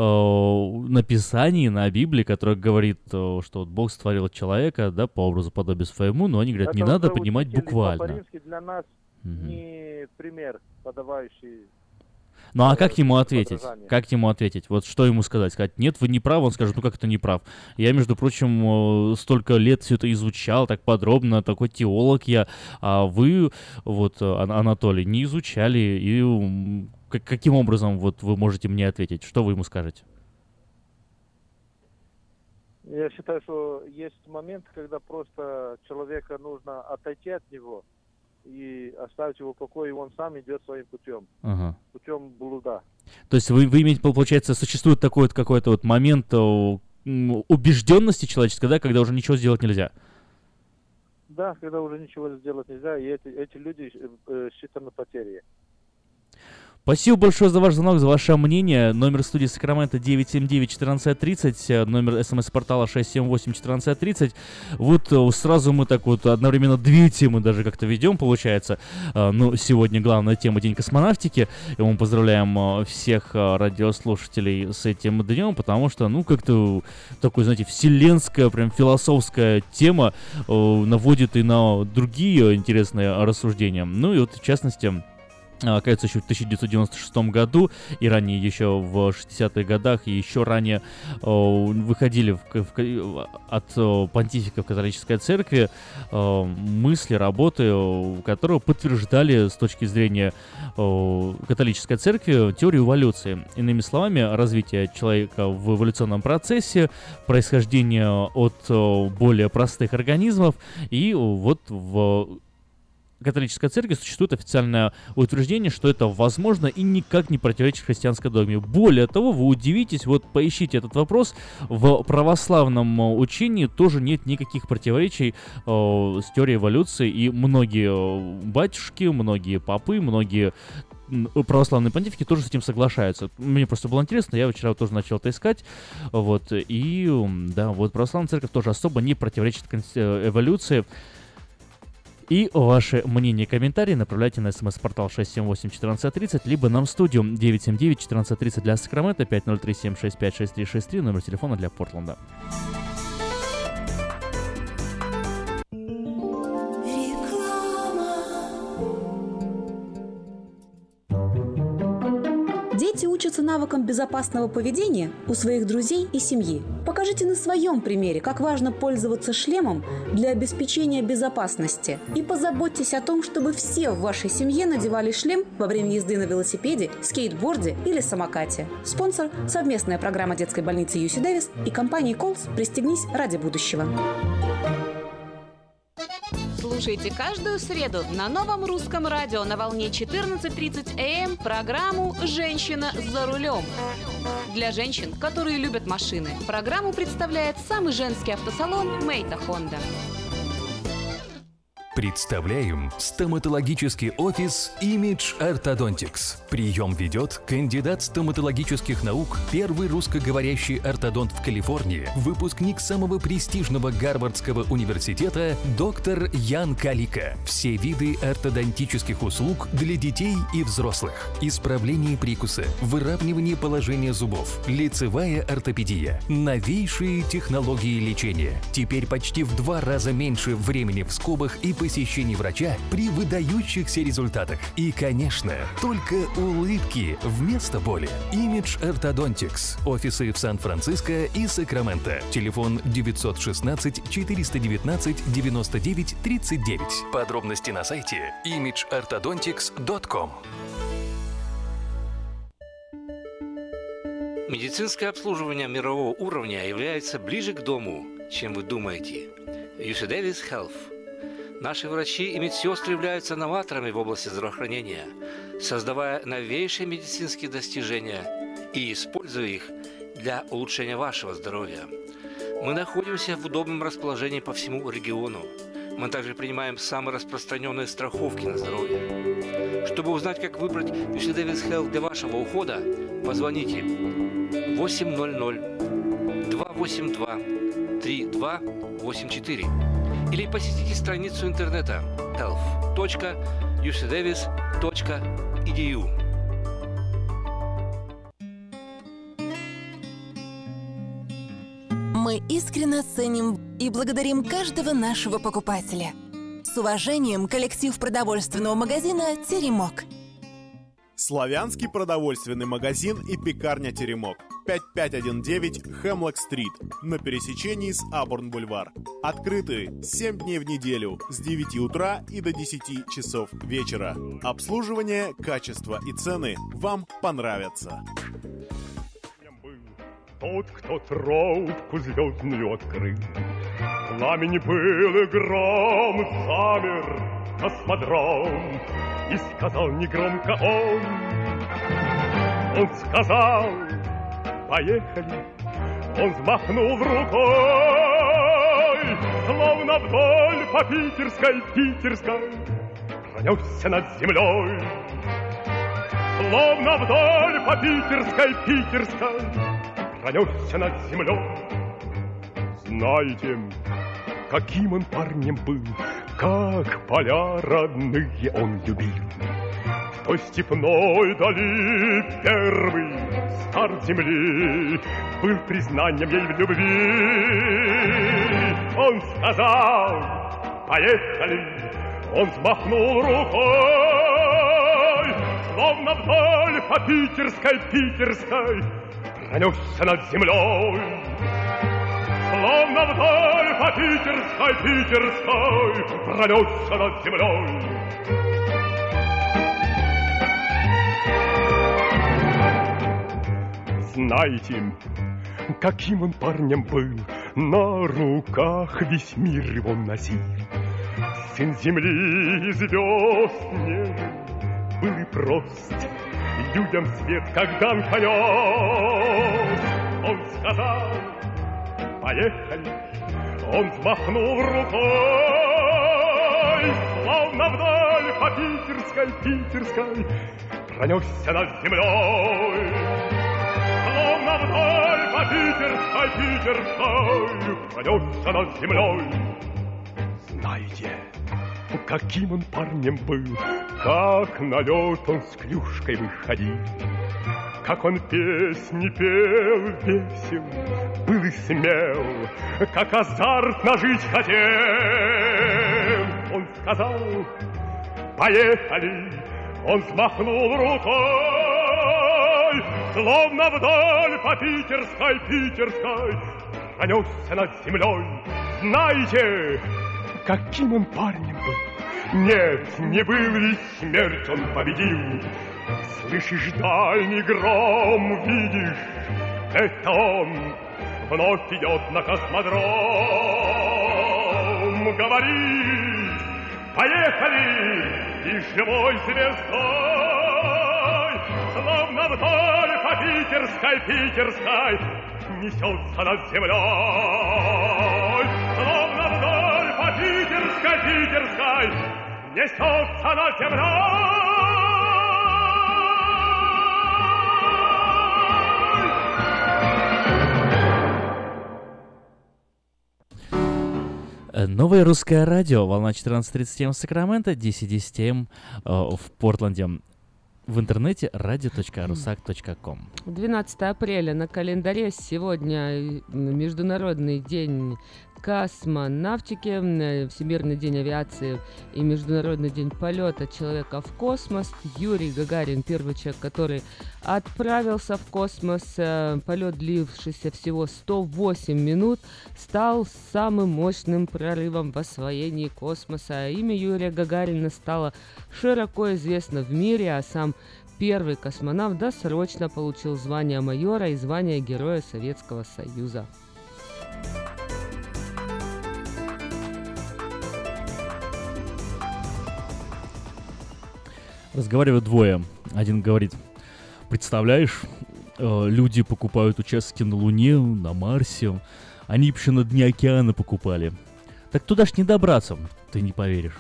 Писании, на Библии, которая говорит, что вот Бог створил человека, да, по образу подобию своему, но они говорят, это не надо понимать буквально. Папа Римский для нас не пример, подавающий. Ну а как ему ответить? Как ему ответить? Вот что ему сказать? Сказать, нет, вы не правы? Он скажет, ну как это не прав? Я, между прочим, столько лет все это изучал, так подробно, такой теолог я, а вы, вот, Анатолий, не изучали, и каким образом вот вы можете мне ответить? Что вы ему скажете? Я считаю, что есть момент, когда просто человека нужно отойти от него и оставить его в покое, и он сам идет своим путем, путем блуда. То есть вы имеете, получается, существует такой вот какой-то вот момент убежденности человеческой, да, когда уже ничего сделать нельзя? Да, когда уже ничего сделать нельзя, и эти люди считаны потерей. Спасибо большое за ваш звонок, за ваше мнение. Номер студии Сакраменто 979-1430, номер смс-портала 678-1430. Вот сразу мы так вот одновременно две темы даже как-то ведем, получается. Ну, сегодня главная тема День космонавтики, и мы поздравляем всех радиослушателей с этим днем, потому что, ну, как-то такой, знаете, вселенская, прям философская тема наводит и на другие интересные рассуждения. Ну, и вот, в частности, кажется, еще в 1996 году, и ранее еще в 60-х годах, и еще ранее выходили от понтификов католической церкви мысли, работы, которые подтверждали с точки зрения католической церкви теорию эволюции. Иными словами, развитие человека в эволюционном процессе, происхождение от более простых организмов, и вот в католической церкви существует официальное утверждение, что это возможно и никак не противоречит христианской догме. Более того, вы удивитесь, вот поищите этот вопрос, в православном учении тоже нет никаких противоречий с теорией эволюции, и многие батюшки, многие попы, многие православные понтифики тоже с этим соглашаются. Мне просто было интересно, я вчера тоже начал это искать, вот, и да, вот православная церковь тоже особо не противоречит эволюции. И ваши мнения и комментарии направляйте на смс-портал 678-1430, либо нам в студию 979-1430 для Сакрамента, 5037-656363, номер телефона для Портленда. Дети учатся навыкам безопасного поведения у своих друзей и семьи. Покажите на своем примере, как важно пользоваться шлемом для обеспечения безопасности. И позаботьтесь о том, чтобы все в вашей семье надевали шлем во время езды на велосипеде, скейтборде или самокате. Спонсор – совместная программа детской больницы UC Davis и компании Колс «Пристегнись ради будущего». Слушайте каждую среду на Новом русском радио на волне 14:30 АМ программу «Женщина за рулем». Для женщин, которые любят машины, программу представляет самый женский автосалон «Мейта Хонда». Представляем стоматологический офис Image Orthodontics. Прием ведет кандидат стоматологических наук, первый русскоговорящий ортодонт в Калифорнии, выпускник самого престижного Гарвардского университета доктор Ян Калика. Все виды ортодонтических услуг для детей и взрослых. Исправление прикуса, выравнивание положения зубов, лицевая ортопедия, новейшие технологии лечения. Теперь почти в 2 раза меньше времени в скобах и посещений врача при выдающихся результатах. И, конечно, только улыбки вместо боли. Image Orthodontics. Офисы в Сан-Франциско и Сакраменто. Телефон 916-419-99-39. Подробности на сайте imageorthodontics.com. Медицинское обслуживание мирового уровня является ближе к дому, чем вы думаете. UC Davis Health. Наши врачи и медсестры являются новаторами в области здравоохранения, создавая новейшие медицинские достижения и используя их для улучшения вашего здоровья. Мы находимся в удобном расположении по всему региону. Мы также принимаем самые распространенные страховки на здоровье. Чтобы узнать, как выбрать UC Davis Health для вашего ухода, позвоните 800-282-3284 или посетите страницу интернета health.ucdavis.edu. Мы искренне ценим и благодарим каждого нашего покупателя. С уважением, коллектив продовольственного магазина «Теремок». Славянский продовольственный магазин и пекарня «Теремок». 5519 Хемлок-стрит на пересечении с Абурн-бульвар. Открыты 7 дней в неделю с 9 утра и до 10 часов вечера. Обслуживание, качество и цены вам понравятся. Тот, кто тропку звездную открыл, пламени был и гром, замер космодром, и сказал негромко он сказал: поехали. Он взмахнул рукой, словно вдоль по Питерской пронесся над землей. Словно вдоль по Питерской пронесся над землей. Знаете, каким он парнем был, как поля родные он любил. В той степной дали первый старт земли был признанием ей в любви. Он сказал: поехали. Он взмахнул рукой, словно вдоль по питерской пронесся над землей. Словно вдоль по питерской пронесся над землей. Знаете, каким он парнем был, на руках весь мир его носил. Сын земли и звезд нежен был и прост, людям свет как дан понес. Он сказал: поехали, он взмахнул рукой, словно вдаль по питерской пронесся над землей. Словно вдаль по питерской пронесся над землей. Знаете, каким он парнем был, как на лед он с клюшкой выходил, как он песни пел весел, был и смел, как азартно жить хотел. Он сказал: поехали, он взмахнул рукой, словно вдаль по питерской пронесся над землей. Знаете, каким он парнем был? Нет, не был ли смерть он победил? Слышишь дальний гром, видишь, это он вновь идет на космодром. Говорит: поехали, и живой звездой, словно вдаль по питерской несется над землей. Словно вдаль по питерской несется над землей. Новое русское радио, волна 14:30 в Сакраменто, 10:10 в Портленде. В интернете radio.rusak.com. 12 апреля на календаре. Сегодня Международный день космонавтики, Всемирный день авиации и Международный день полета человека в космос. Юрий Гагарин, первый человек, который отправился в космос. Полет, длившийся всего 108 минут, стал самым мощным прорывом в освоении космоса. Имя Юрия Гагарина стало широко известно в мире, а сам первый космонавт досрочно получил звание майора и звание Героя Советского Союза. Разговаривают двое. Один говорит: представляешь, люди покупают участки на Луне, на Марсе. Они еще на дне океана покупали. Так туда ж не добраться, ты не поверишь.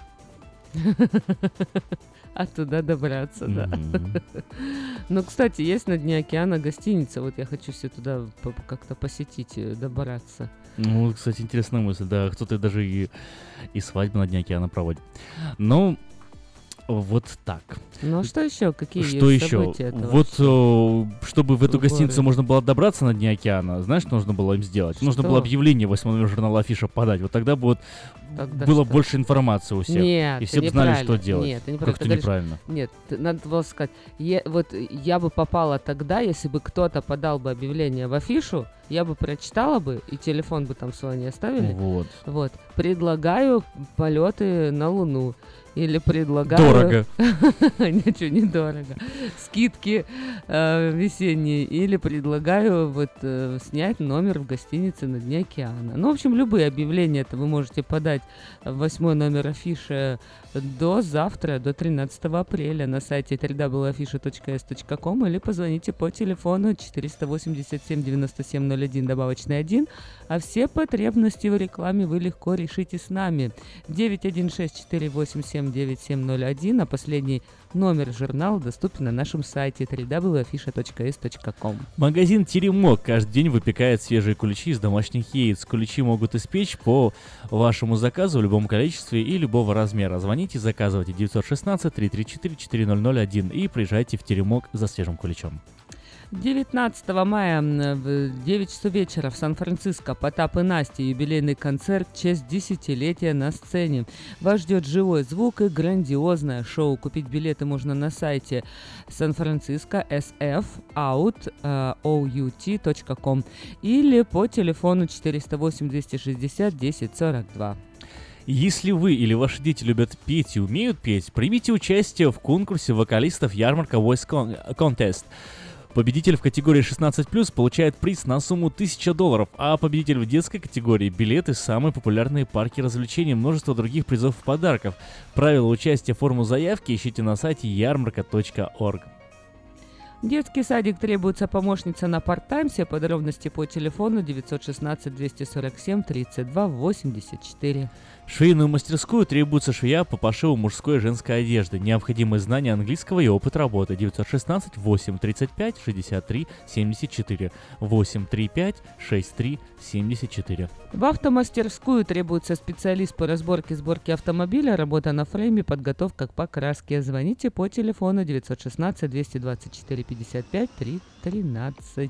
А туда добраться, да. Ну, кстати, есть на дне океана гостиница. Вот я хочу все туда как-то посетить, добраться. Ну, кстати, интересная мысль. Да, кто-то даже и свадьбу на дне океана проводит. Ну, вот так. Ну, а что еще? Какие что есть еще? события этого? Вот, чтобы в эту гостиницу можно было добраться на дне океана, знаешь, что нужно было им сделать? Нужно было объявление в 8 номер журнала «Афиша» подать. Вот тогда бы вот было больше информации у всех. Нет, и все бы знали, что делать. Нет, ты как-то неправильно. Нет, надо было сказать, вот я бы попала тогда, если бы кто-то подал бы объявление в Афишу, я бы прочитала бы, и телефон бы там свой не оставили. Вот. Предлагаю полеты на Луну. Или предлагаю... Дорого. Ничего, не дорого. Скидки весенние. Или предлагаю снять номер в гостинице на дне океана. Ну, в общем, любые объявления это вы можете подать в 8 номер Афиши до завтра, до 13 апреля на сайте www.afisha.s.com или позвоните по телефону 487-97-01, добавочный 1. А все потребности в рекламе вы легко решите с нами. 916-487-9701, а последний номер журнала доступен на нашем сайте www.afisha.s.com. Магазин «Теремок» каждый день выпекает свежие куличи из домашних яиц. Куличи могут испечь по вашему заказу в любом количестве и любого размера. Звоните, заказывайте 916-334-4001 и приезжайте в «Теремок» за свежим куличом. 19 мая в 9 часов вечера в Сан-Франциско Потап и Настя. Юбилейный концерт в честь 10-летия на сцене. Вас ждет живой звук и грандиозное шоу. Купить билеты можно на сайте Сан-Франциско sfout.com или по телефону 408 260 1042. Если вы или ваши дети любят петь и умеют петь, примите участие в конкурсе вокалистов ярмарка Voice Contest. Победитель в категории 16+, получает приз на сумму $1000, а победитель в детской категории – билеты в самые популярные парки развлечений и множество других призов и подарков. Правила участия, форму заявки ищите на сайте yarmarka.org. Детский садик требуется помощница на парт-тайм. Все подробности по телефону 916 247 32 84. Швейную мастерскую требуется швея по пошиву мужской и женской одежды. Необходимые знания английского и опыт работы. 916 835 63 74. 835 63 74. В автомастерскую требуется специалист по разборке и сборке автомобиля, работа на фрейме, подготовка к покраске. Звоните по телефону 916 224 55 313.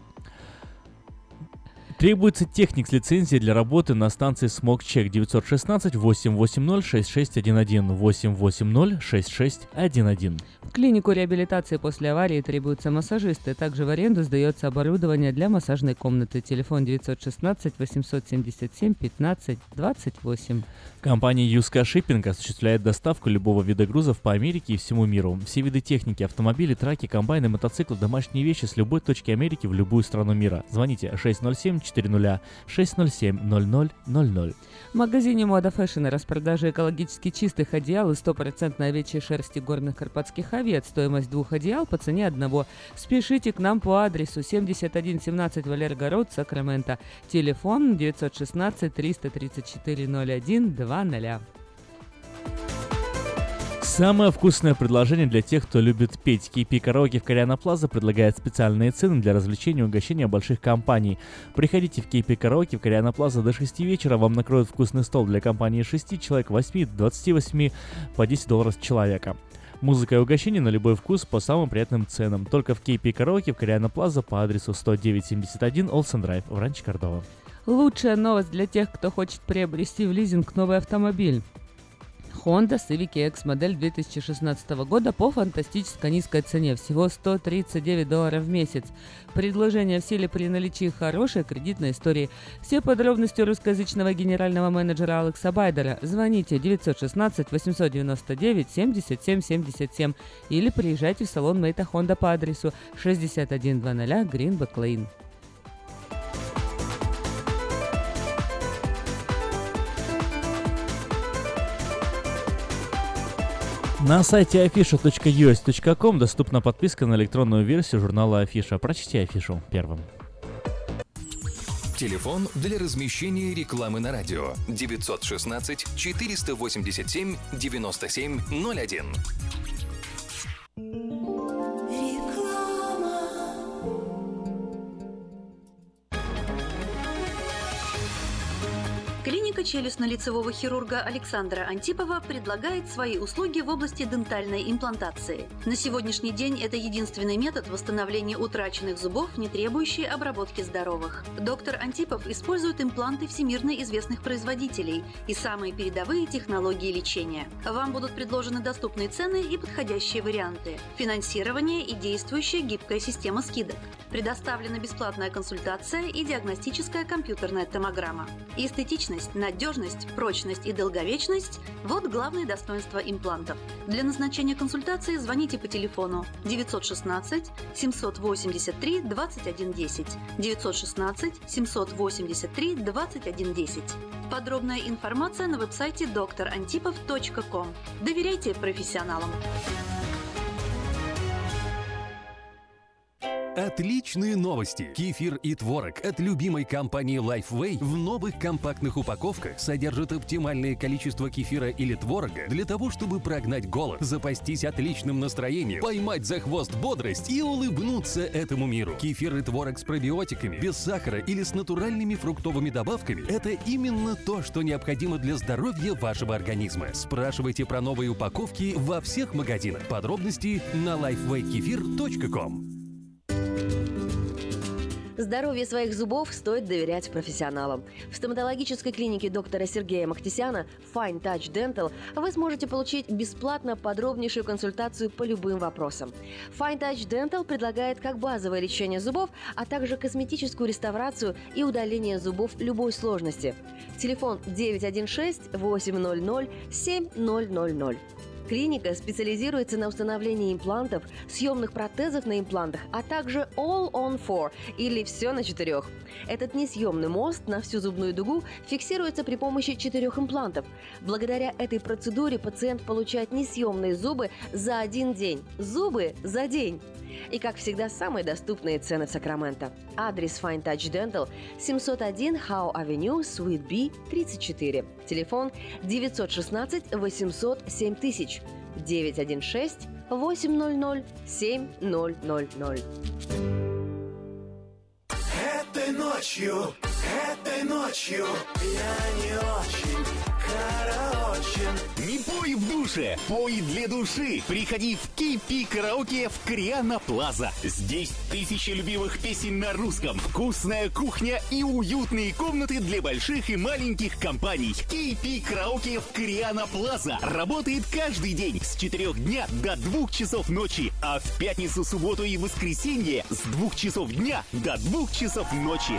Требуется техник с лицензией для работы на станции SmokeCheck. 916 880 6611 880 6611. В клинику реабилитации после аварии требуются массажисты. Также в аренду сдается оборудование для массажной комнаты. Телефон 916 877 15 28. Компания Юска Shipping осуществляет доставку любого вида грузов по Америке и всему миру. Все виды техники, автомобили, траки, комбайны, мотоциклы, домашние вещи с любой точки Америки в любую страну мира. Звоните 607-400 607-0000. В магазине Мода Фэшн распродажа экологически чистых одеял из 100% овечьей шерсти горных карпатских овец. Стоимость 2 одеял по цене одного. Спешите к нам по адресу 7117 Валергород, Сакраменто. Телефон 916 334 01 20. Самое вкусное предложение для тех, кто любит петь. KP Караоке в Кориана Плаза предлагает специальные цены для развлечения и угощения больших компаний. Приходите в KP Караоке в Кориана Плаза до 6 вечера, вам накроют вкусный стол для компании 6 человек, 8, 28 по $10 с человека. Музыка и угощение на любой вкус по самым приятным ценам. Только в KP Караоке в Кориана Плаза по адресу 10971 Олсен Драйв в Ранчо Кордова. Лучшая новость для тех, кто хочет приобрести в лизинг новый автомобиль. Honda Civic X модель 2016 года по фантастически низкой цене, всего $139 в месяц. Предложение в силе при наличии хорошей кредитной истории. Все подробности у русскоязычного генерального менеджера Алекса Байдера. Звоните 916 899 77 77 или приезжайте в салон Мэйта Honda по адресу 6100 Greenback Lane. На сайте afisha.us.com доступна подписка на электронную версию журнала Афиша. Прочти афишу первым. Телефон для размещения рекламы на радио 916 487 9701. Клиника челюстно-лицевого хирурга Александра Антипова предлагает свои услуги в области дентальной имплантации. На сегодняшний день это единственный метод восстановления утраченных зубов, не требующий обработки здоровых. Доктор Антипов использует импланты всемирно известных производителей и самые передовые технологии лечения. Вам будут предложены доступные цены и подходящие варианты. Финансирование и действующая гибкая система скидок. Предоставлена бесплатная консультация и диагностическая компьютерная томограмма. Эстетичность, надежность, прочность и долговечность – вот главные достоинства имплантов. Для назначения консультации звоните по телефону 916 783 2110 916 783 2110. Подробная информация на веб-сайте drantipov.com. Доверяйте профессионалам. Отличные новости! Кефир и творог от любимой компании Lifeway в новых компактных упаковках содержат оптимальное количество кефира или творога для того, чтобы прогнать голод, запастись отличным настроением, поймать за хвост бодрость и улыбнуться этому миру. Кефир и творог с пробиотиками, без сахара или с натуральными фруктовыми добавками – это именно то, что необходимо для здоровья вашего организма. Спрашивайте про новые упаковки во всех магазинах. Подробности на lifewaykefir.com. Здоровье своих зубов стоит доверять профессионалам. В стоматологической клинике доктора Сергея Махтисяна Fine Touch Dental вы сможете получить бесплатно подробнейшую консультацию по любым вопросам. Fine Touch Dental предлагает как базовое лечение зубов, а также косметическую реставрацию и удаление зубов любой сложности. Телефон 916-800-7000. Клиника специализируется на установлении имплантов, съемных протезов на имплантах, а также All on 4 или «Все на 4». Этот несъемный мост на всю зубную дугу фиксируется при помощи 4 имплантов. Благодаря этой процедуре пациент получает несъемные зубы за 1 день. Зубы за день! И, как всегда, самые доступные цены в Сакраменто. Адрес Fine Touch Dental 701 Howe Avenue, Suite B, 34. Телефон 916-800-7000. 916-800-7000. Этой ночью я не очень караочен. Не пой в душе, пой для души. Приходи в KP Караоке в Криана Плаза. Здесь тысячи любимых песен на русском, вкусная кухня и уютные комнаты для больших и маленьких компаний. KP Караоке в Криана Плаза работает каждый день с 4 дня до 2 часов ночи, а в пятницу, субботу и воскресенье с 2 часов дня до 2 часов ночи.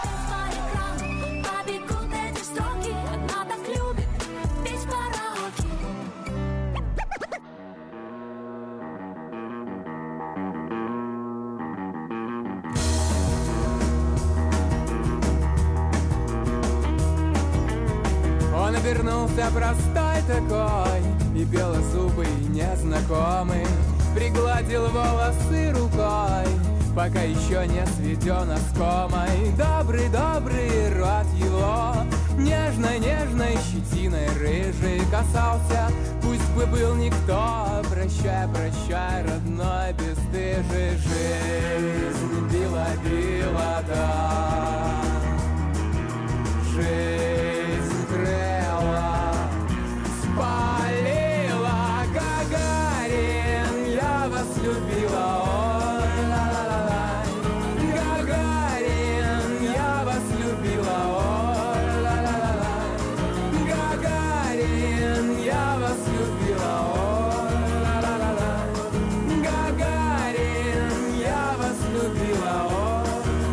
Он обернулся простой такой и белозубый незнакомый, пригладил волосы рукой, пока еще не сведен оскомой. Добрый рот его нежной щетиной рыжий касался. Пусть бы был никто, прощай, родной бесстыжий. Жизнь била, да, жизнь грела, спалила. Гагарин, я вас любила, ой, ла-ла-ла-ла. Гагарин, я вас любила, ой, ла-ла-ла-ла. Гагарин, я вас любила, ой, ла-ла-ла-ла. Гагарин, я вас любила, ой.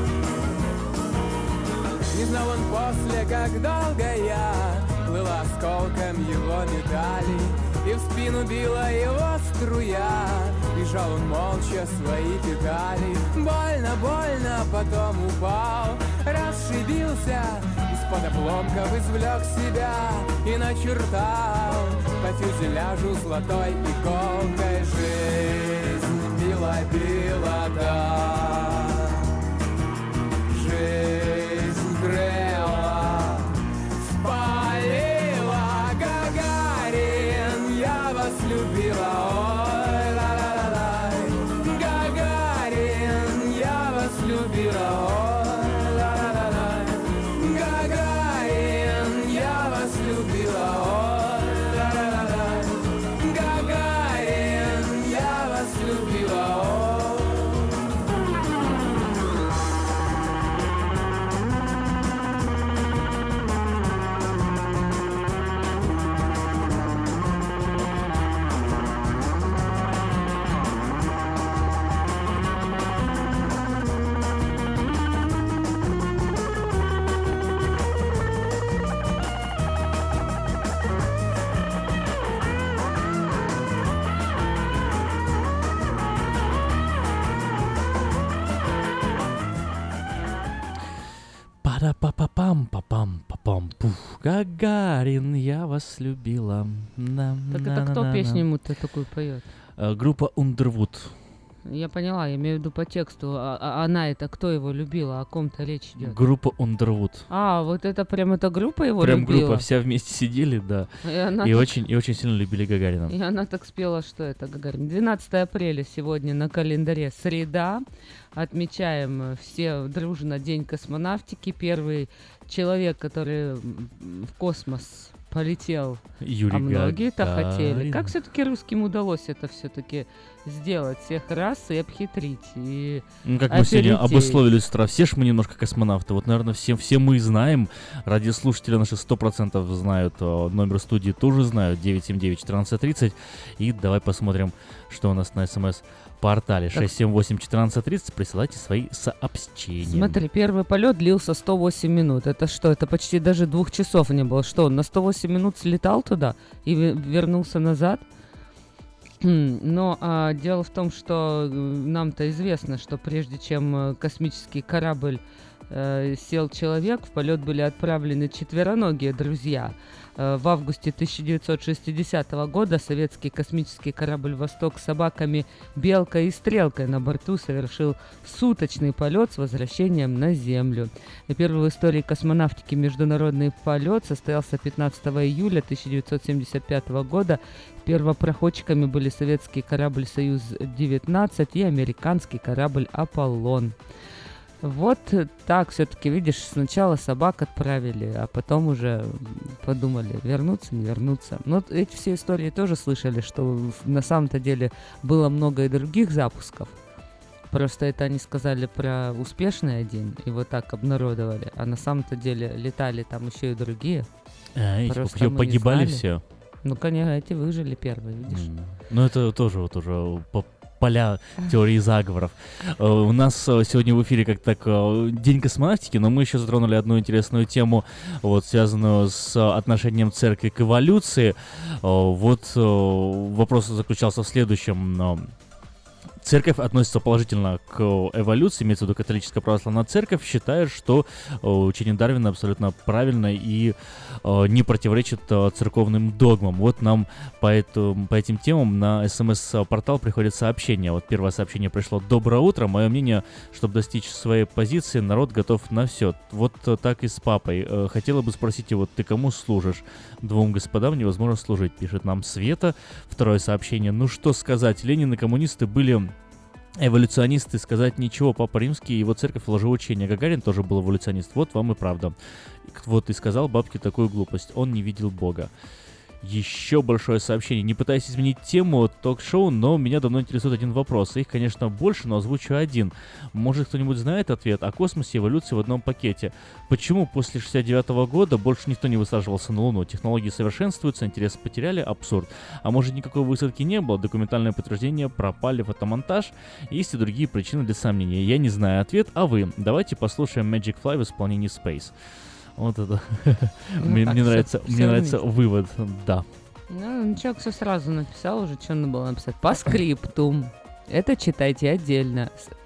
Не знал он после, как долго я плыла осколком его медали, и в спину била его струя, и жал он молча свои педали. Больно, потом упал, расшибился, из-под обломков извлек себя и начертал по фюзеляжу золотой иголкой. Жизнь била, да, жизнь грела, спалила. Гагарин, я вас любила, ой, ла-ла-ла-ла. Гагарин, я вас любила, ой, ла-ла-ла-ла. Гагарин, я вас любила, ой, ла-ла-ла-ла. Гагарин, я вас любила, ой. Пам-пам-пам-пам-пух. Гагарин, я вас любила. Так это кто песню ему-то такую поет? Группа Underwood. Я поняла, я имею в виду по тексту. Она это кто его любила? О ком-то речь идет? Группа Underwood. А, вот это прям эта группа его прям любила? Прям группа, вся вместе сидели, да. И очень сильно любили Гагарина. И она так спела, что это Гагарин. 12 апреля сегодня на календаре среда. Отмечаем все дружно День космонавтики. Первый человек, который в космос полетел. Юрий Многие-то хотели. Гагарин. Как все-таки русским удалось это все-таки сделать? Всех раз и обхитрить, и Как мы сегодня опередить. обусловили с утра, все ж мы немножко космонавты. Вот, наверное, все мы знаем. Радиослушатели наши 100% знают. Номер студии тоже знают. 979-1430. И давай посмотрим, что у нас на СМС-портале. 678-1430. Присылайте свои сообщения. Смотри, первый полет длился 108 минут. Это что? Это почти даже 2 часов не было. Что, он на 108 минут слетал туда и вернулся назад? Но дело в том, что нам-то известно, что прежде чем космический корабль сел человек, в полет были отправлены четвероногие друзья. В августе 1960 года советский космический корабль «Восток» с собаками «Белка» и «Стрелкой» на борту совершил суточный полет с возвращением на Землю. И первый в истории космонавтики международный полет состоялся 15 июля 1975 года. Первопроходчиками были советский корабль «Союз-19» и американский корабль «Аполлон». Вот так все-таки, видишь, сначала собак отправили, а потом уже подумали, вернуться, не вернуться. Но эти все истории тоже слышали, что на самом-то деле было много и других запусков. Просто это они сказали про успешный один и вот так обнародовали. А на самом-то деле летали там еще и другие. Просто погибали все. Ну, конечно, эти выжили первые, видишь. Ну, это тоже поля теории заговоров. У нас сегодня в эфире как так День космонавтики, но мы еще затронули одну интересную тему, вот, связанную с отношением церкви к эволюции. Вот вопрос заключался в следующем. Церковь относится положительно к эволюции, имеется в виду католическая православная церковь, считает, что учение Дарвина абсолютно правильно и не противоречит церковным догмам. Вот нам по этим темам на СМС-портал приходит сообщение. Вот первое сообщение пришло: «Доброе утро. Мое мнение, чтобы достичь своей позиции, народ готов на все. Вот так и с папой. Хотела бы спросить его, ты кому служишь? Двум господам невозможно служить», пишет нам Света. Второе сообщение: «Ну что сказать, Ленин и коммунисты были эволюционисты, сказать ничего. Папа Римский и его церковь лжеучение. Гагарин тоже был эволюционист. Вот вам и правда. Вот и сказал бабке такую глупость. Он не видел Бога». Еще большое сообщение. Не пытаюсь изменить тему ток-шоу, но меня давно интересует один вопрос. Их, конечно, больше, но озвучу один. Может, кто-нибудь знает ответ о космосе и эволюции в одном пакете? Почему после 69 года больше никто не высаживался на Луну? Технологии совершенствуются, интерес потеряли, абсурд. А может, никакой высадки не было? Документальное подтверждение, пропали, фотомонтаж? Есть и другие причины для сомнения. Я не знаю ответ, а вы? Давайте послушаем Magic Fly в исполнении Space. Вот это. Мне нравится вывод, да. Ну, человек все сразу написал уже, что надо было написать. По скриптум. Это читайте отдельно,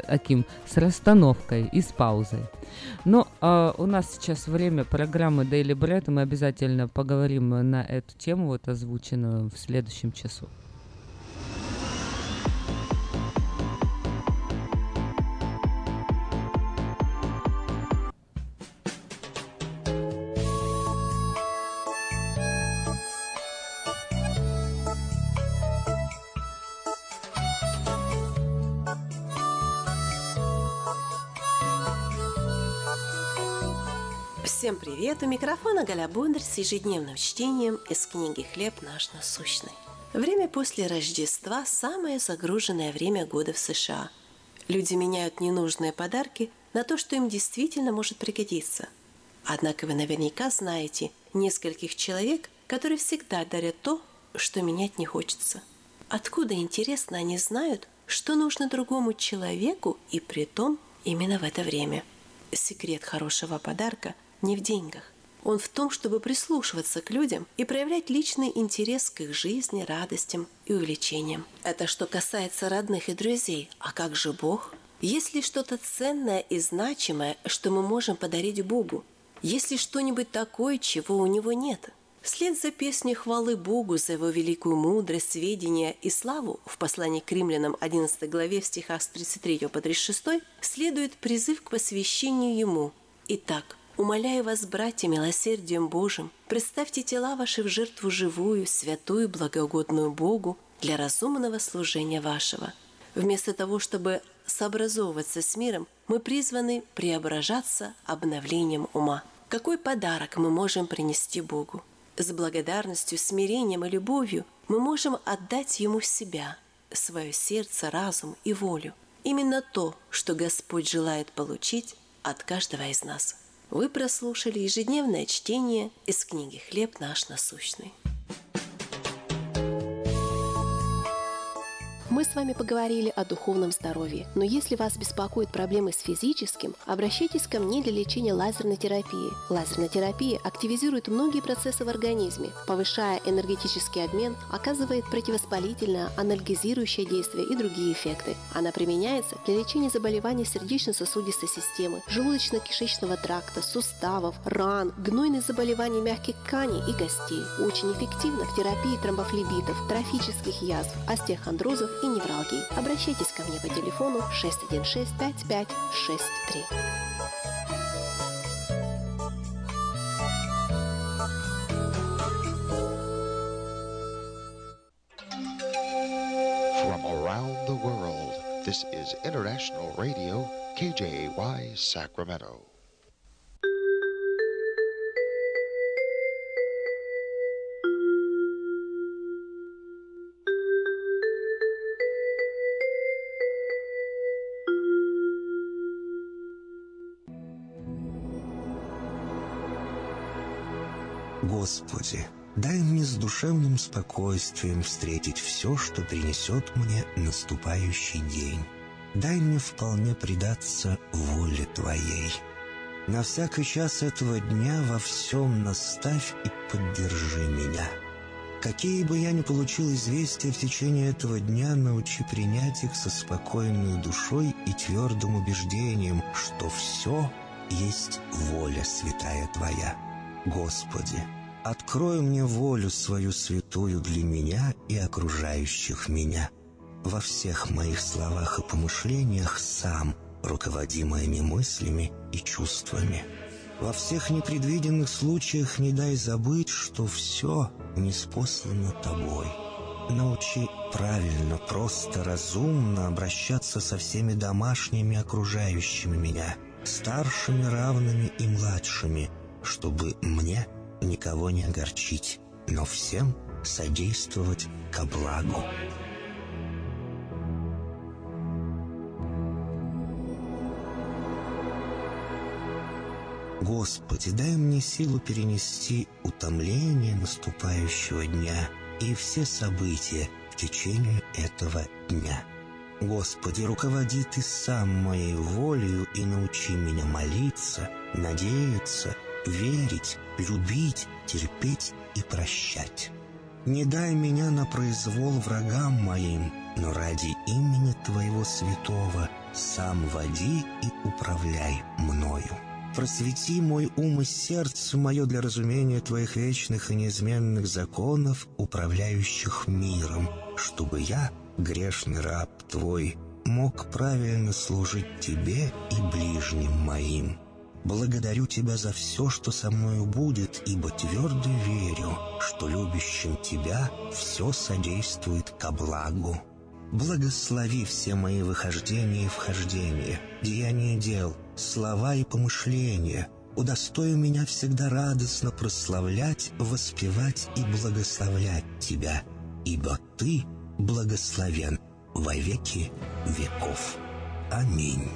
с расстановкой и с паузой. Но у нас сейчас время программы Daily Bread, и мы обязательно поговорим на эту тему, вот озвученную в следующем часу. Всем привет! У микрофона Галя Бондарь с ежедневным чтением из книги «Хлеб наш насущный». Время после Рождества – самое загруженное время года в США. Люди меняют ненужные подарки на то, что им действительно может пригодиться. Однако вы наверняка знаете нескольких человек, которые всегда дарят то, что менять не хочется. Откуда, интересно, они знают, что нужно другому человеку, и притом именно в это время? Секрет хорошего подарка не в деньгах. Он в том, чтобы прислушиваться к людям и проявлять личный интерес к их жизни, радостям и увлечениям. Это что касается родных и друзей. А как же Бог? Есть ли что-то ценное и значимое, что мы можем подарить Богу? Есть ли что-нибудь такое, чего у Него нет? Вслед за песней хвалы Богу за Его великую мудрость, сведения и славу в послании к Римлянам 11 главе в стихах с 33 по 36 следует призыв к посвящению Ему. Итак, умоляю вас, братья, милосердием Божьим, представьте тела ваши в жертву живую, святую, благоугодную Богу для разумного служения вашего. Вместо того, чтобы сообразовываться с миром, мы призваны преображаться обновлением ума. Какой подарок мы можем принести Богу? С благодарностью, смирением и любовью мы можем отдать Ему себя, свое сердце, разум и волю. Именно то, что Господь желает получить от каждого из нас. Вы прослушали ежедневное чтение из книги «Хлеб наш насущный». Мы с вами поговорили о духовном здоровье, но если вас беспокоят проблемы с физическим, обращайтесь ко мне для лечения лазерной терапии. Лазерная терапия активизирует многие процессы в организме, повышая энергетический обмен, оказывает противовоспалительное, анальгезирующее действие и другие эффекты. Она применяется для лечения заболеваний сердечно-сосудистой системы, желудочно-кишечного тракта, суставов, ран, гнойных заболеваний мягких тканей и костей. Очень эффективно в терапии тромбофлебитов, трофических язв, остеохондрозов и невралгии. Обращайтесь ко мне по телефону 616-5563. From around the world, this is International Radio, KJY, Sacramento. Господи, дай мне с душевным спокойствием встретить все, что принесет мне наступающий день. Дай мне вполне предаться воле Твоей. На всякий час этого дня во всем наставь и поддержи меня. Какие бы я ни получил известия в течение этого дня, научи принять их со спокойной душой и твердым убеждением, что все есть воля святая Твоя. Господи, открой мне волю свою святую для меня и окружающих меня. Во всех моих словах и помышлениях сам руководи моими мыслями и чувствами. Во всех непредвиденных случаях не дай забыть, что все ниспослано Тобой. Научи правильно, просто, разумно обращаться со всеми домашними окружающими меня, старшими, равными и младшими, чтобы мне никого не огорчить, но всем содействовать ко благу. Господи, дай мне силу перенести утомление наступающего дня и все события в течение этого дня. Господи, руководи Ты сам моей волею и научи меня молиться, надеяться, верить, любить, терпеть и прощать. Не дай меня на произвол врагам моим, но ради имени Твоего святого сам води и управляй мною. Просвети мой ум и сердце мое для разумения Твоих вечных и неизменных законов, управляющих миром, чтобы я, грешный раб Твой, мог правильно служить Тебе и ближним моим. Благодарю Тебя за все, что со мною будет, ибо твердо верю, что любящим Тебя все содействует ко благу. Благослови все мои выхождения и вхождения, деяния дел, слова и помышления. Удостой меня всегда радостно прославлять, воспевать и благословлять Тебя, ибо Ты благословен во веки веков. Аминь.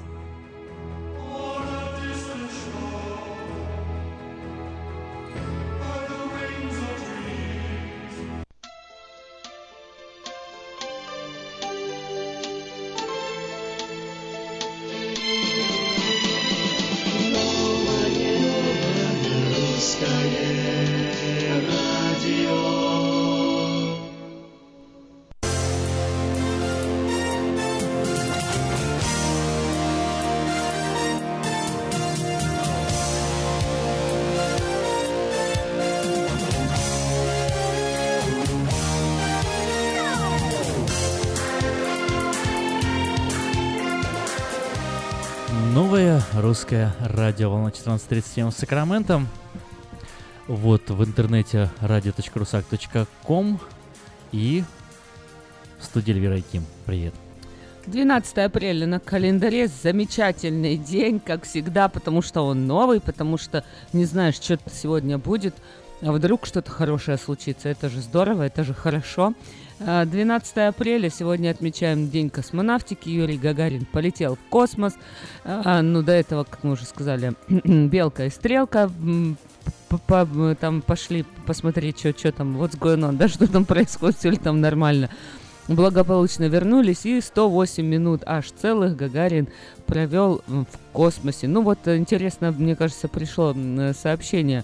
Новое русское радио, волна 14:37 в Сакраменто. Вот в интернете radio.rusak.com и в студии Эльвира и Ким. Привет. 12 апреля на календаре. Замечательный день, как всегда, потому что он новый, потому что не знаешь, что сегодня будет. А вдруг что-то хорошее случится? Это же здорово, это же хорошо. 12 апреля, сегодня отмечаем День космонавтики. Юрий Гагарин полетел в космос. Ну, до этого, как мы уже сказали, Белка и Стрелка там пошли посмотреть, что там, what's going on, да, что там происходит, все ли там нормально. Благополучно вернулись, и 108 минут аж целых Гагарин провел в космосе. Ну вот, интересно, мне кажется, пришло сообщение.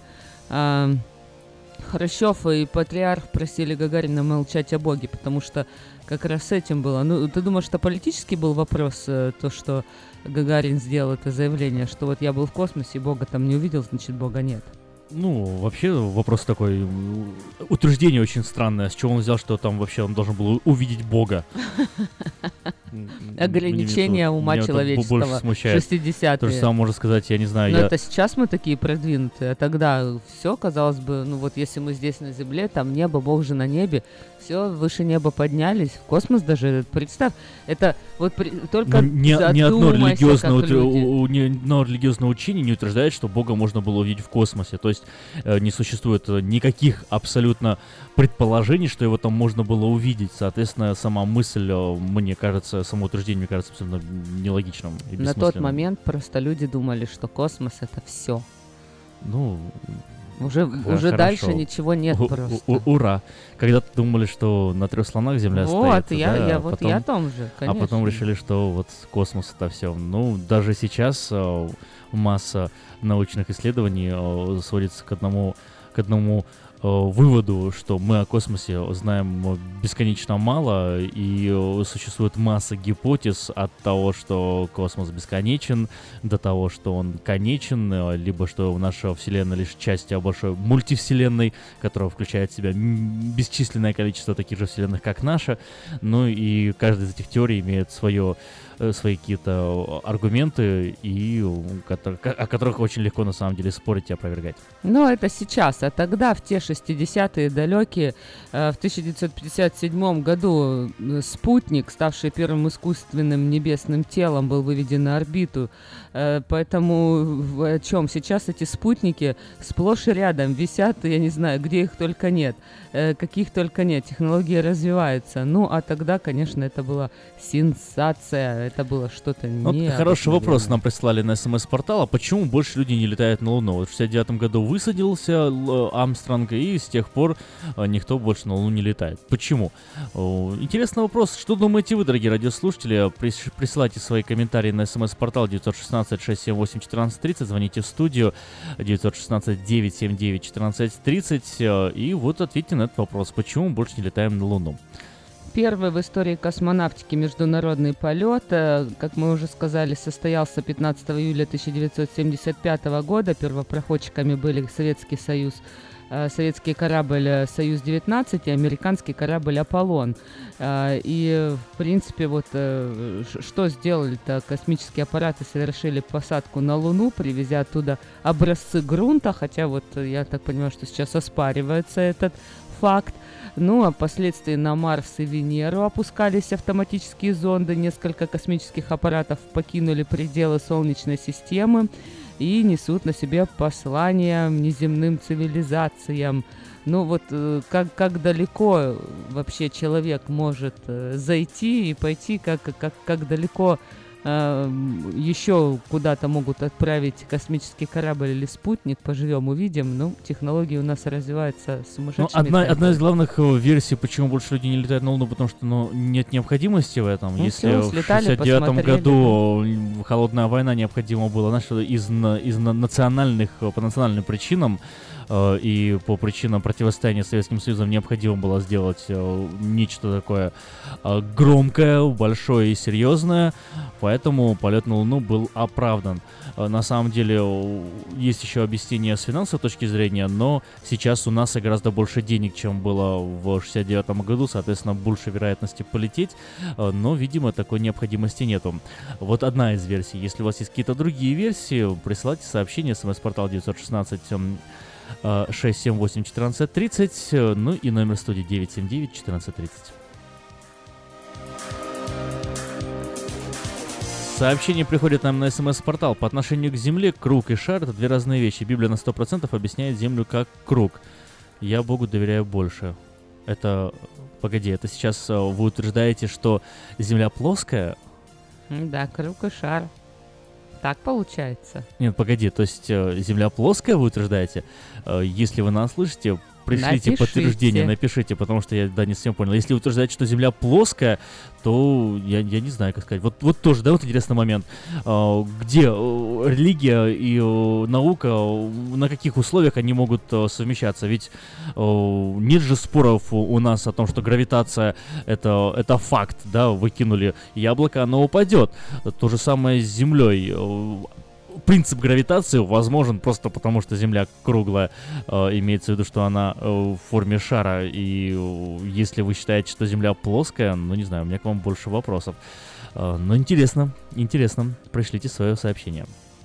Хрущев и Патриарх просили Гагарина молчать о Боге, потому что как раз с этим было. Ну, ты думаешь, что политический был вопрос, то, что Гагарин сделал это заявление, что вот я был в космосе, Бога там не увидел, значит, Бога нет? Ну, вообще вопрос такой, утверждение очень странное. С чего он взял, что там вообще он должен был увидеть Бога? Ограничение ума человеческого. Больше смущает. 60-е. То же самое можно сказать, я не знаю. Но это сейчас мы такие продвинутые, а тогда все, казалось бы, ну вот если мы здесь на земле, там небо, Бог же на небе, все, выше неба поднялись, в космос даже, представь, это вот только ни одно религиозное учение не утверждает, что Бога можно было увидеть в космосе. То есть не существует никаких абсолютно предположений, что его там можно было увидеть. Соответственно, сама мысль, мне кажется, само утверждение, мне кажется, абсолютно нелогичным и бессмысленным. На тот момент просто люди думали, что космос — это все. Ну... Уже дальше ничего нет просто. Ура! Когда-то думали, что на 3 слонах Земля стоит. Я о том же, конечно. А потом решили, что вот космос — это все. Ну, даже сейчас масса научных исследований сводится к одному выводу, что мы о космосе знаем бесконечно мало, и существует масса гипотез от того, что космос бесконечен, до того, что он конечен, либо что наша Вселенная лишь часть большой мультивселенной, которая включает в себя бесчисленное количество таких же вселенных, как наша. Ну и каждая из этих теорий имеет свои какие-то аргументы, о которых очень легко на самом деле спорить и опровергать. Но это сейчас, а тогда, в те 60-е далекие, в 1957 году спутник, ставший первым искусственным небесным телом, был выведен на орбиту. Поэтому о чем сейчас эти спутники сплошь и рядом висят, я не знаю, где их только нет, каких только нет, технологии развиваются. Ну, а тогда, конечно, это была сенсация. Это было что-то необыкновенное. Хороший вопрос нам прислали на СМС-портал. А почему больше людей не летают на Луну? Вот в 69 году высадился Армстронг, и с тех пор никто больше на Луну не летает. Почему? Интересный вопрос. Что думаете вы, дорогие радиослушатели? Присылайте свои комментарии на СМС-портал 916-678-1430. Звоните в студию 916-979-1430. И вот ответьте на этот вопрос. Почему больше не летаем на Луну? Первый в истории космонавтики международный полет, как мы уже сказали, состоялся 15 июля 1975 года. Первопроходчиками были Советский Союз, советский корабль «Союз-19» и американский корабль «Аполлон». И, в принципе, вот что сделали-то? Космические аппараты совершили посадку на Луну, привезя оттуда образцы грунта, хотя вот я так понимаю, что сейчас оспаривается этот факт. Ну, а впоследствии на Марс и Венеру опускались автоматические зонды. Несколько космических аппаратов покинули пределы Солнечной системы и несут на себе послания неземным цивилизациям. Ну вот как далеко вообще человек может зайти и пойти, как далеко еще куда-то могут отправить космический корабль или спутник, поживем, увидим. Ну, технологии у нас развиваются сумасшедшими. Ну, одна из главных версий, почему больше людей не летают на Луну, потому что нет необходимости в этом. Если в 1969 году холодная война необходима была, по национальным причинам, и по причинам противостояния с Советским Союзом необходимо было сделать нечто такое громкое, большое и серьезное, поэтому полет на Луну был оправдан. На самом деле есть еще объяснение с финансовой точки зрения, но сейчас у нас гораздо больше денег, чем было в 69 году, соответственно, больше вероятности полететь, но, видимо, такой необходимости нету. Вот одна из версий. Если у вас есть какие-то другие версии, присылайте сообщение, смс-портал 916 678-1430, ну и номер студии 979-1430. Сообщение приходит нам на СМС-портал. По отношению к Земле круг и шар — это две разные вещи. Библия на 100% объясняет Землю как круг. Я Богу доверяю больше. Это... Погоди, это сейчас вы утверждаете, что Земля плоская? Да, круг и шар. Так получается. Нет, погоди, то есть Земля плоская, вы утверждаете? Если вы нас слышите, пришлите подтверждение, напишите, потому что я, не совсем понял. Если вы утверждаете, что Земля плоская, то я не знаю, как сказать. Вот тоже, вот интересный момент. Где религия и наука, на каких условиях они могут совмещаться? Ведь нет же споров у нас о том, что гравитация это факт, да, выкинули яблоко, оно упадет. То же самое с Землей. Принцип гравитации возможен просто потому, что Земля круглая. Имеется в виду, что она в форме шара. И если вы считаете, что Земля плоская, не знаю, у меня к вам больше вопросов. Но интересно. Пришлите свое сообщение.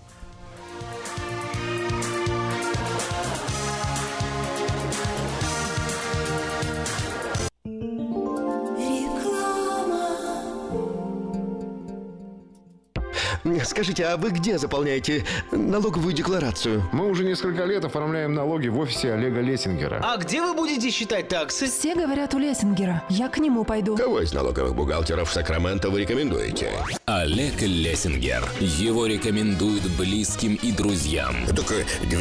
Скажите, а вы где заполняете налоговую декларацию? Мы уже несколько лет оформляем налоги в офисе Олега Лессингера. А где вы будете считать таксы? Все говорят у Лессингера. Я к нему пойду. Кого из налоговых бухгалтеров Сакраменто вы рекомендуете? Олег Лессингер. Его рекомендуют близким и друзьям. Только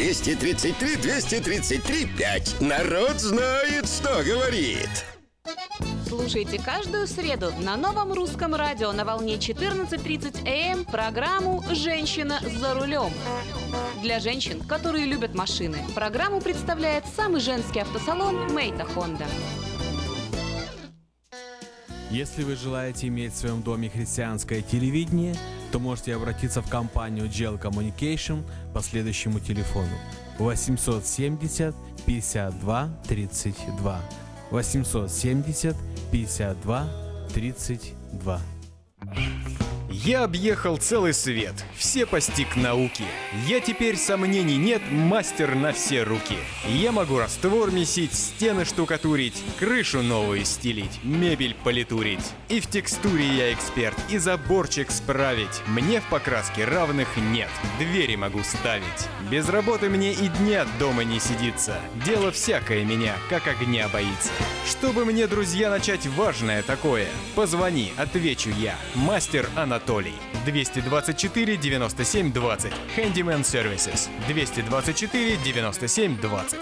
233-233-5. Народ знает, что говорит. Слушайте каждую среду на Новом русском радио на волне 14:30 АМ программу «Женщина за рулем». Для женщин, которые любят машины, программу представляет самый женский автосалон «Мейта Хонда». Если вы желаете иметь в своем доме христианское телевидение, то можете обратиться в компанию GL Communication по следующему телефону 870 52 32. 870 52 32. Я объехал целый свет, все постиг науки. Я теперь, сомнений нет, мастер на все руки. Я могу раствор месить, стены штукатурить, крышу новую стелить, мебель политурить. И в текстуре я эксперт, и заборчик справить. Мне в покраске равных нет, двери могу ставить. Без работы мне и дня дома не сидится. Дело всякое меня, как огня боится. Чтобы мне, друзья, начать важное такое, позвони, отвечу я. Мастер Анатолий. 224 97 20. Handyman Services. 224 97 20.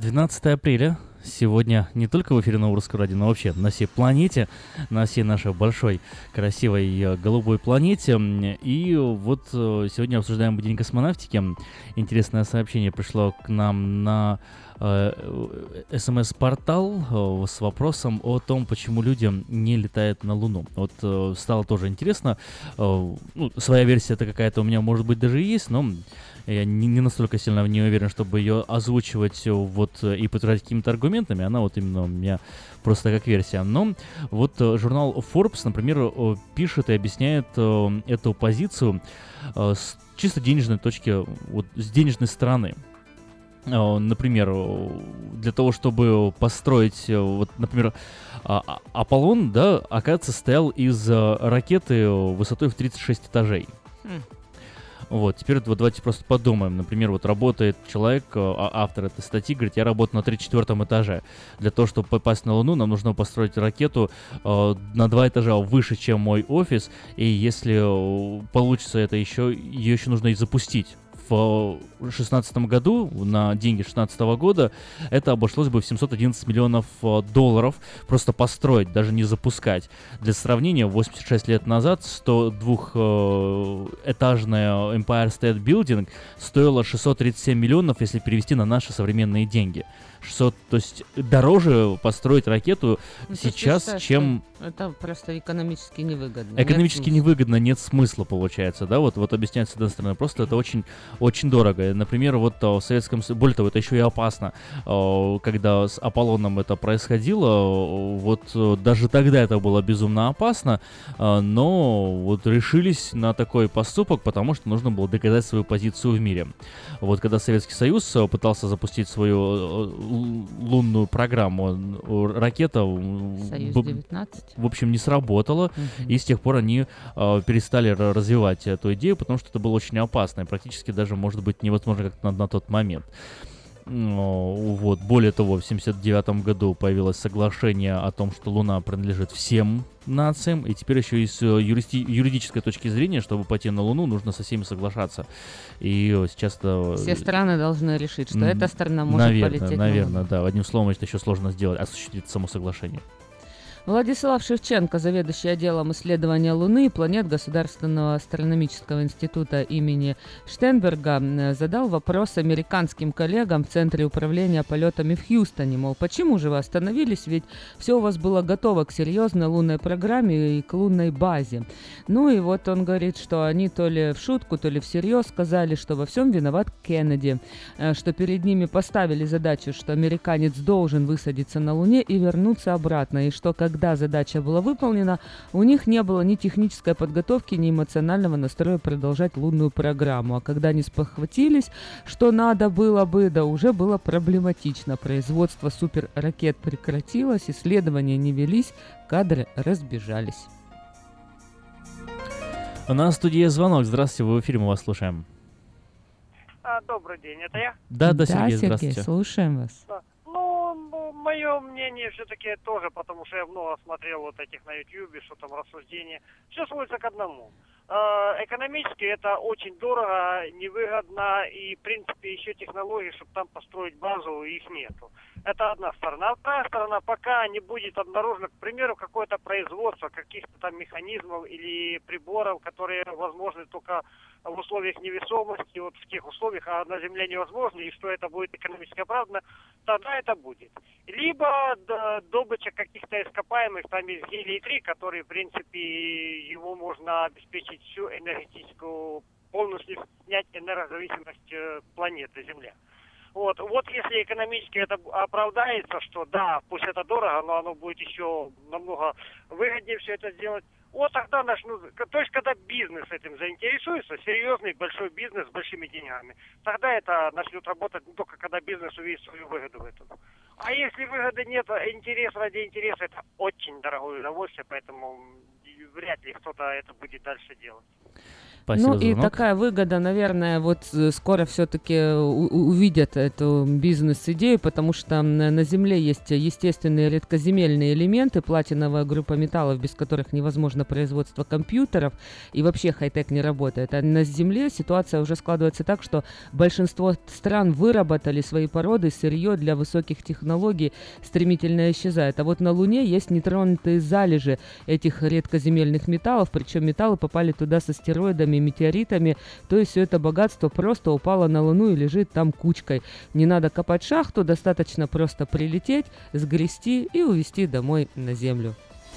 12 апреля. Сегодня не только в эфире Нового Русского радио, но вообще на всей планете, на всей нашей большой, красивой, голубой планете. И вот сегодня обсуждаем День космонавтики. Интересное сообщение пришло к нам на СМС-портал с вопросом о том, почему люди не летают на Луну. Вот стало тоже интересно. Своя версия-то какая-то у меня, может быть, даже и есть, но я не настолько сильно не уверен, чтобы ее озвучивать вот и подтверждать какими-то аргументами. Она вот именно у меня просто как версия. Но вот журнал Forbes, например, пишет и объясняет эту позицию с чисто денежной точки, вот с денежной стороны. Например, для того, чтобы построить, вот, например, Аполлон, да, оказывается, состоял из ракеты высотой в 36 этажей. Вот, теперь вот давайте просто подумаем. Например, вот работает человек, автор этой статьи, говорит, я работаю на 34 этаже. Для того, чтобы попасть на Луну, нам нужно построить ракету на 2 этажа выше, чем мой офис. И если получится это ее еще нужно и запустить. В 2016 году, на деньги 2016 года, это обошлось бы в $711 миллионов просто построить, даже не запускать. Для сравнения, 86 лет назад 102-этажная Empire State Building стоила 637 миллионов, если перевести на наши современные деньги. 600, то есть дороже построить ракету сейчас, считаешь, чем... Это просто экономически невыгодно. Экономически невыгодно, нет смысла, получается, да, вот объясняют с одной стороны, просто это очень, очень дорого. Например, вот в Советском Союзе, более того, это еще и опасно, когда с Аполлоном это происходило, вот даже тогда это было безумно опасно, но вот решились на такой поступок, потому что нужно было доказать свою позицию в мире. Вот когда Советский Союз пытался запустить свою лунную программу, ракета Союз-19 в общем не сработала, и с тех пор они перестали развивать эту идею, потому что это было очень опасно и практически даже может быть невозможно как на тот момент. Вот. Более того, в 1979 году появилось соглашение о том, что Луна принадлежит всем нациям, и теперь еще и с юридической точки зрения, чтобы пойти на Луну, нужно со всеми соглашаться. И сейчас это... Все страны должны решить, что эта страна может полететь. Наверное, да. Одним словом, это еще сложно сделать, осуществить само соглашение. Владислав Шевченко, заведующий отделом исследования Луны и планет Государственного астрономического института имени Штенберга, задал вопрос американским коллегам в Центре управления полетами в Хьюстоне, мол, почему же вы остановились, ведь все у вас было готово к серьезной лунной программе и к лунной базе. Ну и вот он говорит, что они то ли в шутку, то ли всерьез сказали, что во всем виноват Кеннеди, что перед ними поставили задачу, что американец должен высадиться на Луне и вернуться обратно, и что когда задача была выполнена, у них не было ни технической подготовки, ни эмоционального настроя продолжать лунную программу. А когда они спохватились, что надо было бы, да уже было проблематично. Производство суперракет прекратилось, исследования не велись, кадры разбежались. У нас в студии звонок. Здравствуйте, вы в эфире, мы вас слушаем. Добрый день, это я? Да, Сергей, Сергей, здравствуйте. Слушаем вас. Мое мнение все-таки тоже, потому что я много смотрел вот этих на YouTube, что там рассуждения. Все сводится к одному. Экономически это очень дорого, невыгодно, и, в принципе, еще технологий, чтобы там построить базу, их нету. Это одна сторона. А вторая сторона, пока не будет обнаружено, к примеру, какое-то производство каких-то там механизмов или приборов, которые возможны только в условиях невесомости, вот в тех условиях, а на Земле невозможно, и что это будет экономически оправданно, тогда это будет. Либо добыча каких-то ископаемых, там из гелий-3, который, в принципе, его можно обеспечить всю энергетическую, полностью снять энергозависимость планеты Земля. Вот если экономически это оправдается, что да, пусть это дорого, но оно будет еще намного выгоднее все это сделать, вот тогда начнут, то есть когда бизнес этим заинтересуется, серьезный большой бизнес с большими деньгами, тогда это начнет работать не только когда бизнес увидит свою выгоду в этом. А если выгоды нет, интерес ради интереса, это очень дорогое удовольствие, поэтому вряд ли кто-то это будет дальше делать. Спасибо Ну за и звонок. такая выгода, наверное, вот скоро все-таки увидят эту бизнес-идею, потому что на Земле есть естественные редкоземельные элементы, платиновая группа металлов, без которых невозможно производство компьютеров, и вообще хай-тек не работает. А на Земле ситуация уже складывается так, что большинство стран выработали свои породы, сырье для высоких технологий стремительно исчезает. А вот на Луне есть нетронутые залежи этих редкоземельных металлов, причем металлы попали туда с астероидами, метеоритами, то есть все это богатство просто упало на Луну и лежит там кучкой. Не надо копать шахту, достаточно просто прилететь, сгрести и увезти домой на Землю.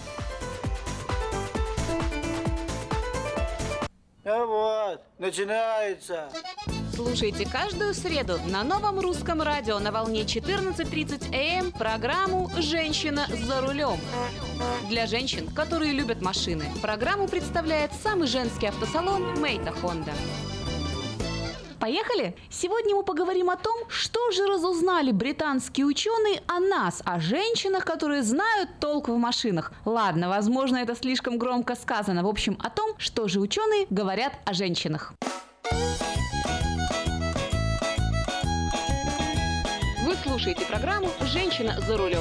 А вот, начинается. Слушайте каждую среду на новом русском радио на волне 14:30 АМ программу «Женщина за рулем». Для женщин, которые любят машины, программу представляет самый женский автосалон «Мейта Хонда». Поехали! Сегодня мы поговорим о том, что же разузнали британские ученые о нас, о женщинах, которые знают толк в машинах. Ладно, возможно, это слишком громко сказано. В общем, о том, что же ученые говорят о женщинах. Вы слушаете программу «Женщина за рулем».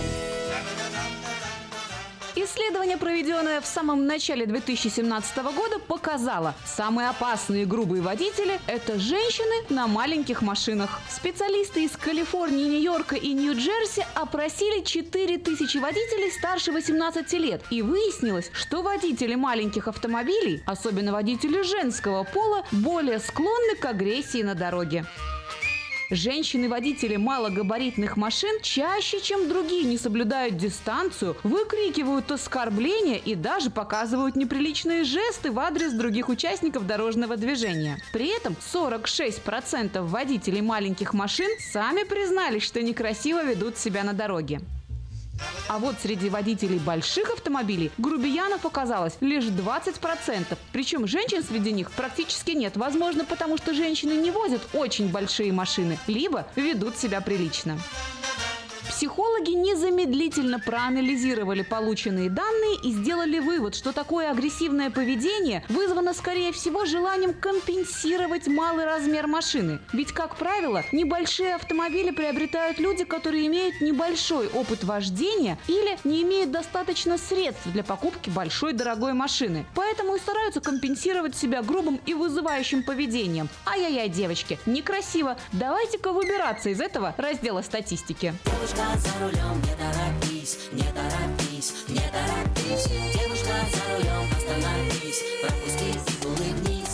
Исследование, проведенное в самом начале 2017 года, показало, самые опасные и грубые водители – это женщины на маленьких машинах. Специалисты из Калифорнии, Нью-Йорка и Нью-Джерси опросили 4000 водителей старше 18 лет. И выяснилось, что водители маленьких автомобилей, особенно водители женского пола, более склонны к агрессии на дороге. Женщины-водители малогабаритных машин чаще, чем другие, не соблюдают дистанцию, выкрикивают оскорбления и даже показывают неприличные жесты в адрес других участников дорожного движения. При этом 46% водителей маленьких машин сами признались, что некрасиво ведут себя на дороге. А вот среди водителей больших автомобилей грубиянов оказалось лишь 20%. Причем женщин среди них практически нет. Возможно, потому что женщины не возят очень большие машины, либо ведут себя прилично. Психологи незамедлительно проанализировали полученные данные и сделали вывод, что такое агрессивное поведение вызвано, скорее всего, желанием компенсировать малый размер машины. Ведь, как правило, небольшие автомобили приобретают люди, которые имеют небольшой опыт вождения или не имеют достаточно средств для покупки большой дорогой машины. Поэтому и стараются компенсировать себя грубым и вызывающим поведением. Ай-яй-яй, девочки, некрасиво. Давайте-ка выбираться из этого раздела статистики. Девушка за рулем, не торопись, не торопись, не торопись. Девушка за рулем, остановись, пропусти и улыбнись.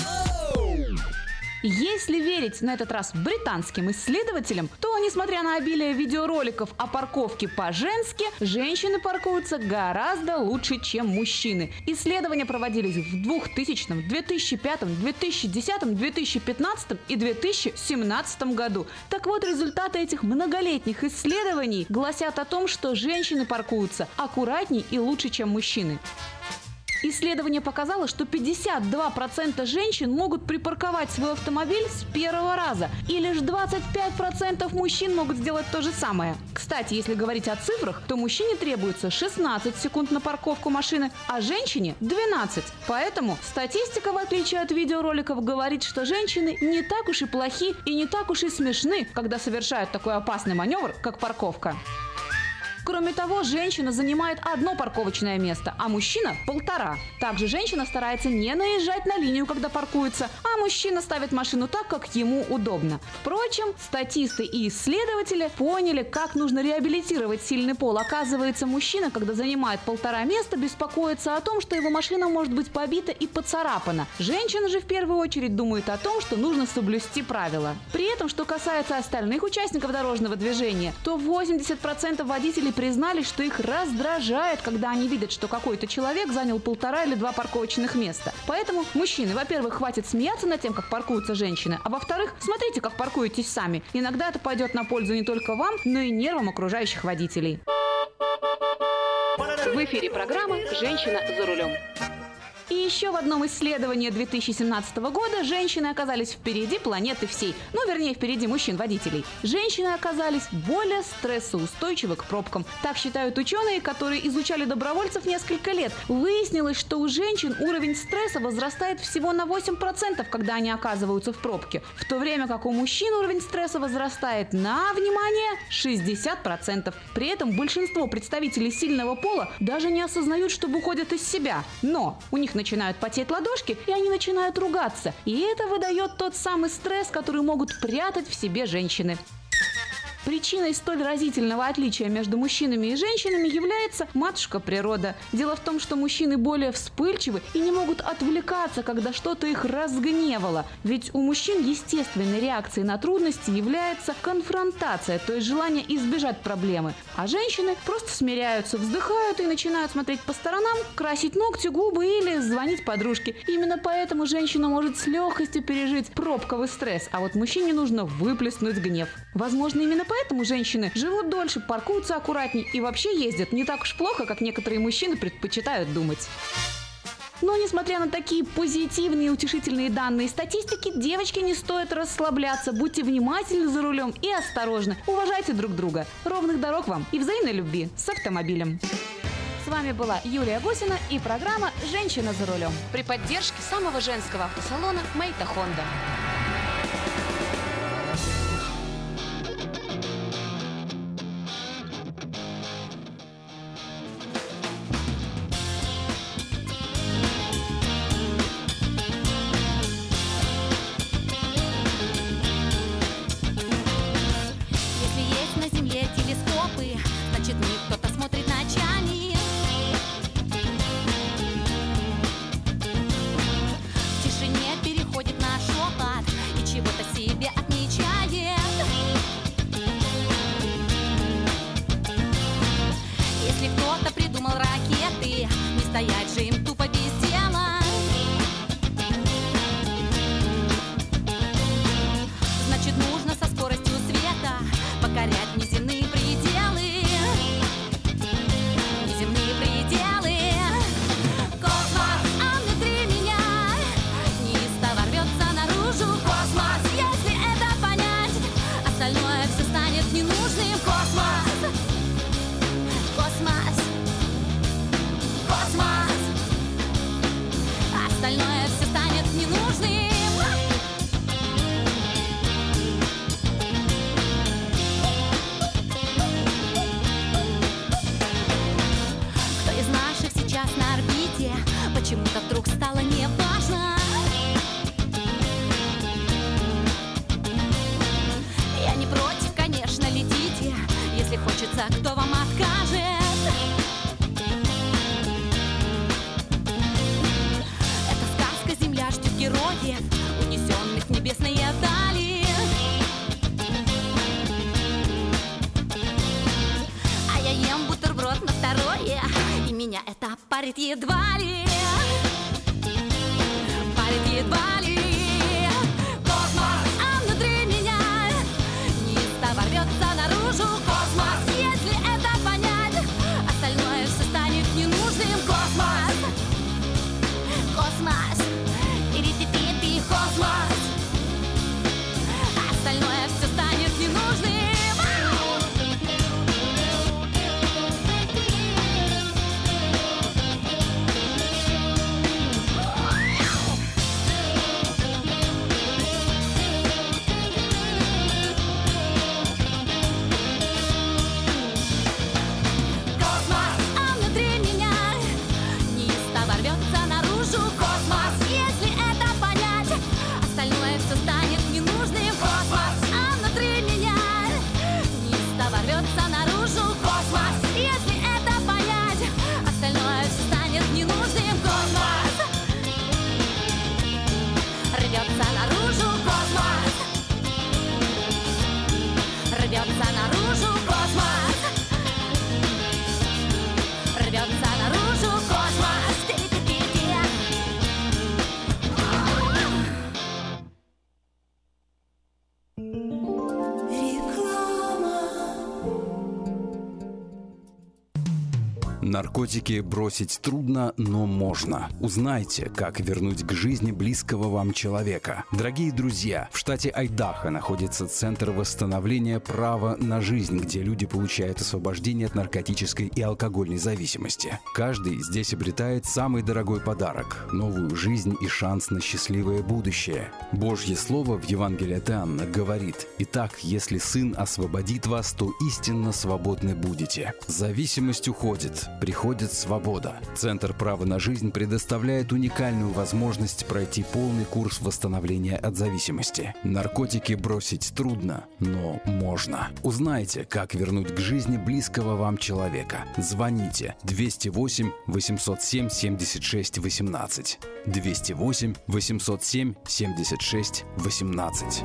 Если верить на этот раз британским исследователям, то, несмотря на обилие видеороликов о парковке по-женски, женщины паркуются гораздо лучше, чем мужчины. Исследования проводились в 2000, 2005, 2010, 2015 и 2017 году. Так вот, результаты этих многолетних исследований гласят о том, что женщины паркуются аккуратней и лучше, чем мужчины. Исследование показало, что 52% женщин могут припарковать свой автомобиль с первого раза, и лишь 25% мужчин могут сделать то же самое. Кстати, если говорить о цифрах, то мужчине требуется 16 секунд на парковку машины, а женщине 12. Поэтому статистика, в отличие от видеороликов, говорит, что женщины не так уж и плохи и не так уж и смешны, когда совершают такой опасный маневр, как парковка. Кроме того, женщина занимает одно парковочное место, а мужчина – 1,5. Также женщина старается не наезжать на линию, когда паркуется, а мужчина ставит машину так, как ему удобно. Впрочем, статисты и исследователи поняли, как нужно реабилитировать сильный пол. Оказывается, мужчина, когда занимает 1,5 места, беспокоится о том, что его машина может быть побита и поцарапана. Женщина же в первую очередь думает о том, что нужно соблюсти правила. При этом, что касается остальных участников дорожного движения, то 80% водителей признались, что их раздражает, когда они видят, что какой-то человек занял 1,5 или 2 парковочных места. Поэтому, мужчины, во-первых, хватит смеяться над тем, как паркуются женщины, а во-вторых, смотрите, как паркуетесь сами. Иногда это пойдет на пользу не только вам, но и нервам окружающих водителей. В эфире программа «Женщина за рулем». И еще в одном исследовании 2017 года женщины оказались впереди планеты всей. Ну, вернее, впереди мужчин-водителей. Женщины оказались более стрессоустойчивы к пробкам. Так считают ученые, которые изучали добровольцев несколько лет. Выяснилось, что у женщин уровень стресса возрастает всего на 8%, когда они оказываются в пробке. В то время как у мужчин уровень стресса возрастает на, внимание, 60%. При этом большинство представителей сильного пола даже не осознают, что выходят из себя. Но у них начинают потеть ладошки, и они начинают ругаться. И это выдает тот самый стресс, который могут прятать в себе женщины. Причиной столь разительного отличия между мужчинами и женщинами является матушка природа. Дело в том, что мужчины более вспыльчивы и не могут отвлекаться, когда что-то их разгневало. Ведь у мужчин естественной реакцией на трудности является конфронтация, то есть желание избежать проблемы. А женщины просто смиряются, вздыхают и начинают смотреть по сторонам, красить ногти, губы или звонить подружке. Именно поэтому женщина может с легкостью пережить пробковый стресс, а вот мужчине нужно выплеснуть гнев. Возможно, именно поэтому женщины живут дольше, паркуются аккуратнее и вообще ездят не так уж плохо, как некоторые мужчины предпочитают думать. Но, несмотря на такие позитивные и утешительные данные статистики, девочки, не стоит расслабляться. Будьте внимательны за рулем и осторожны. Уважайте друг друга. Ровных дорог вам и взаимной любви с автомобилем. С вами была Юлия Гусина и программа «Женщина за рулем» при поддержке самого женского автосалона «Мэйта Хонда». Значит, не кто-то смотрит ночами. В тишине переходит на шепот и чего-то себе отмечает. Если кто-то придумал ракеты, не стоять же им тупо без дела. Значит, нужно со скоростью света покорять неземные пределы. Неземные пределы. Космос, а внутри меня неистово рвется наружу. Космос, если это понять, остальное все станет ненужным. Космос, космос, космос, остальное все станет ненужным. На орбите почему-то вдруг стало неважно. Я не против, конечно, летите, если хочется, кто вам откажет. Эта сказка, земля ждет героев, унесенных в небесные дали. А я ем бутерброд на второе, и меня это парит едва ли. Парит едва ли. Космос, а внутри меня неистово рвется наружу. Космос, если это понять, остальное все станет ненужным. Космос, космос, ири-ти-ти-ти, космос, остальное все станет ненужным. Наркотики бросить трудно, но можно. Узнайте, как вернуть к жизни близкого вам человека. Дорогие друзья, в штате Айдахо находится Центр восстановления права на жизнь, где люди получают освобождение от наркотической и алкогольной зависимости. Каждый здесь обретает самый дорогой подарок – новую жизнь и шанс на счастливое будущее. Божье Слово в Евангелии от Иоанна говорит: «Итак, если Сын освободит вас, то истинно свободны будете». Зависимость уходит, приходит свобода. Центр права на жизнь предоставляет уникальную возможность пройти полный курс восстановления от зависимости. Наркотики бросить трудно, но можно. Узнайте, как вернуть к жизни близкого вам человека. Звоните 208 807 76 18. 208 807 76 18.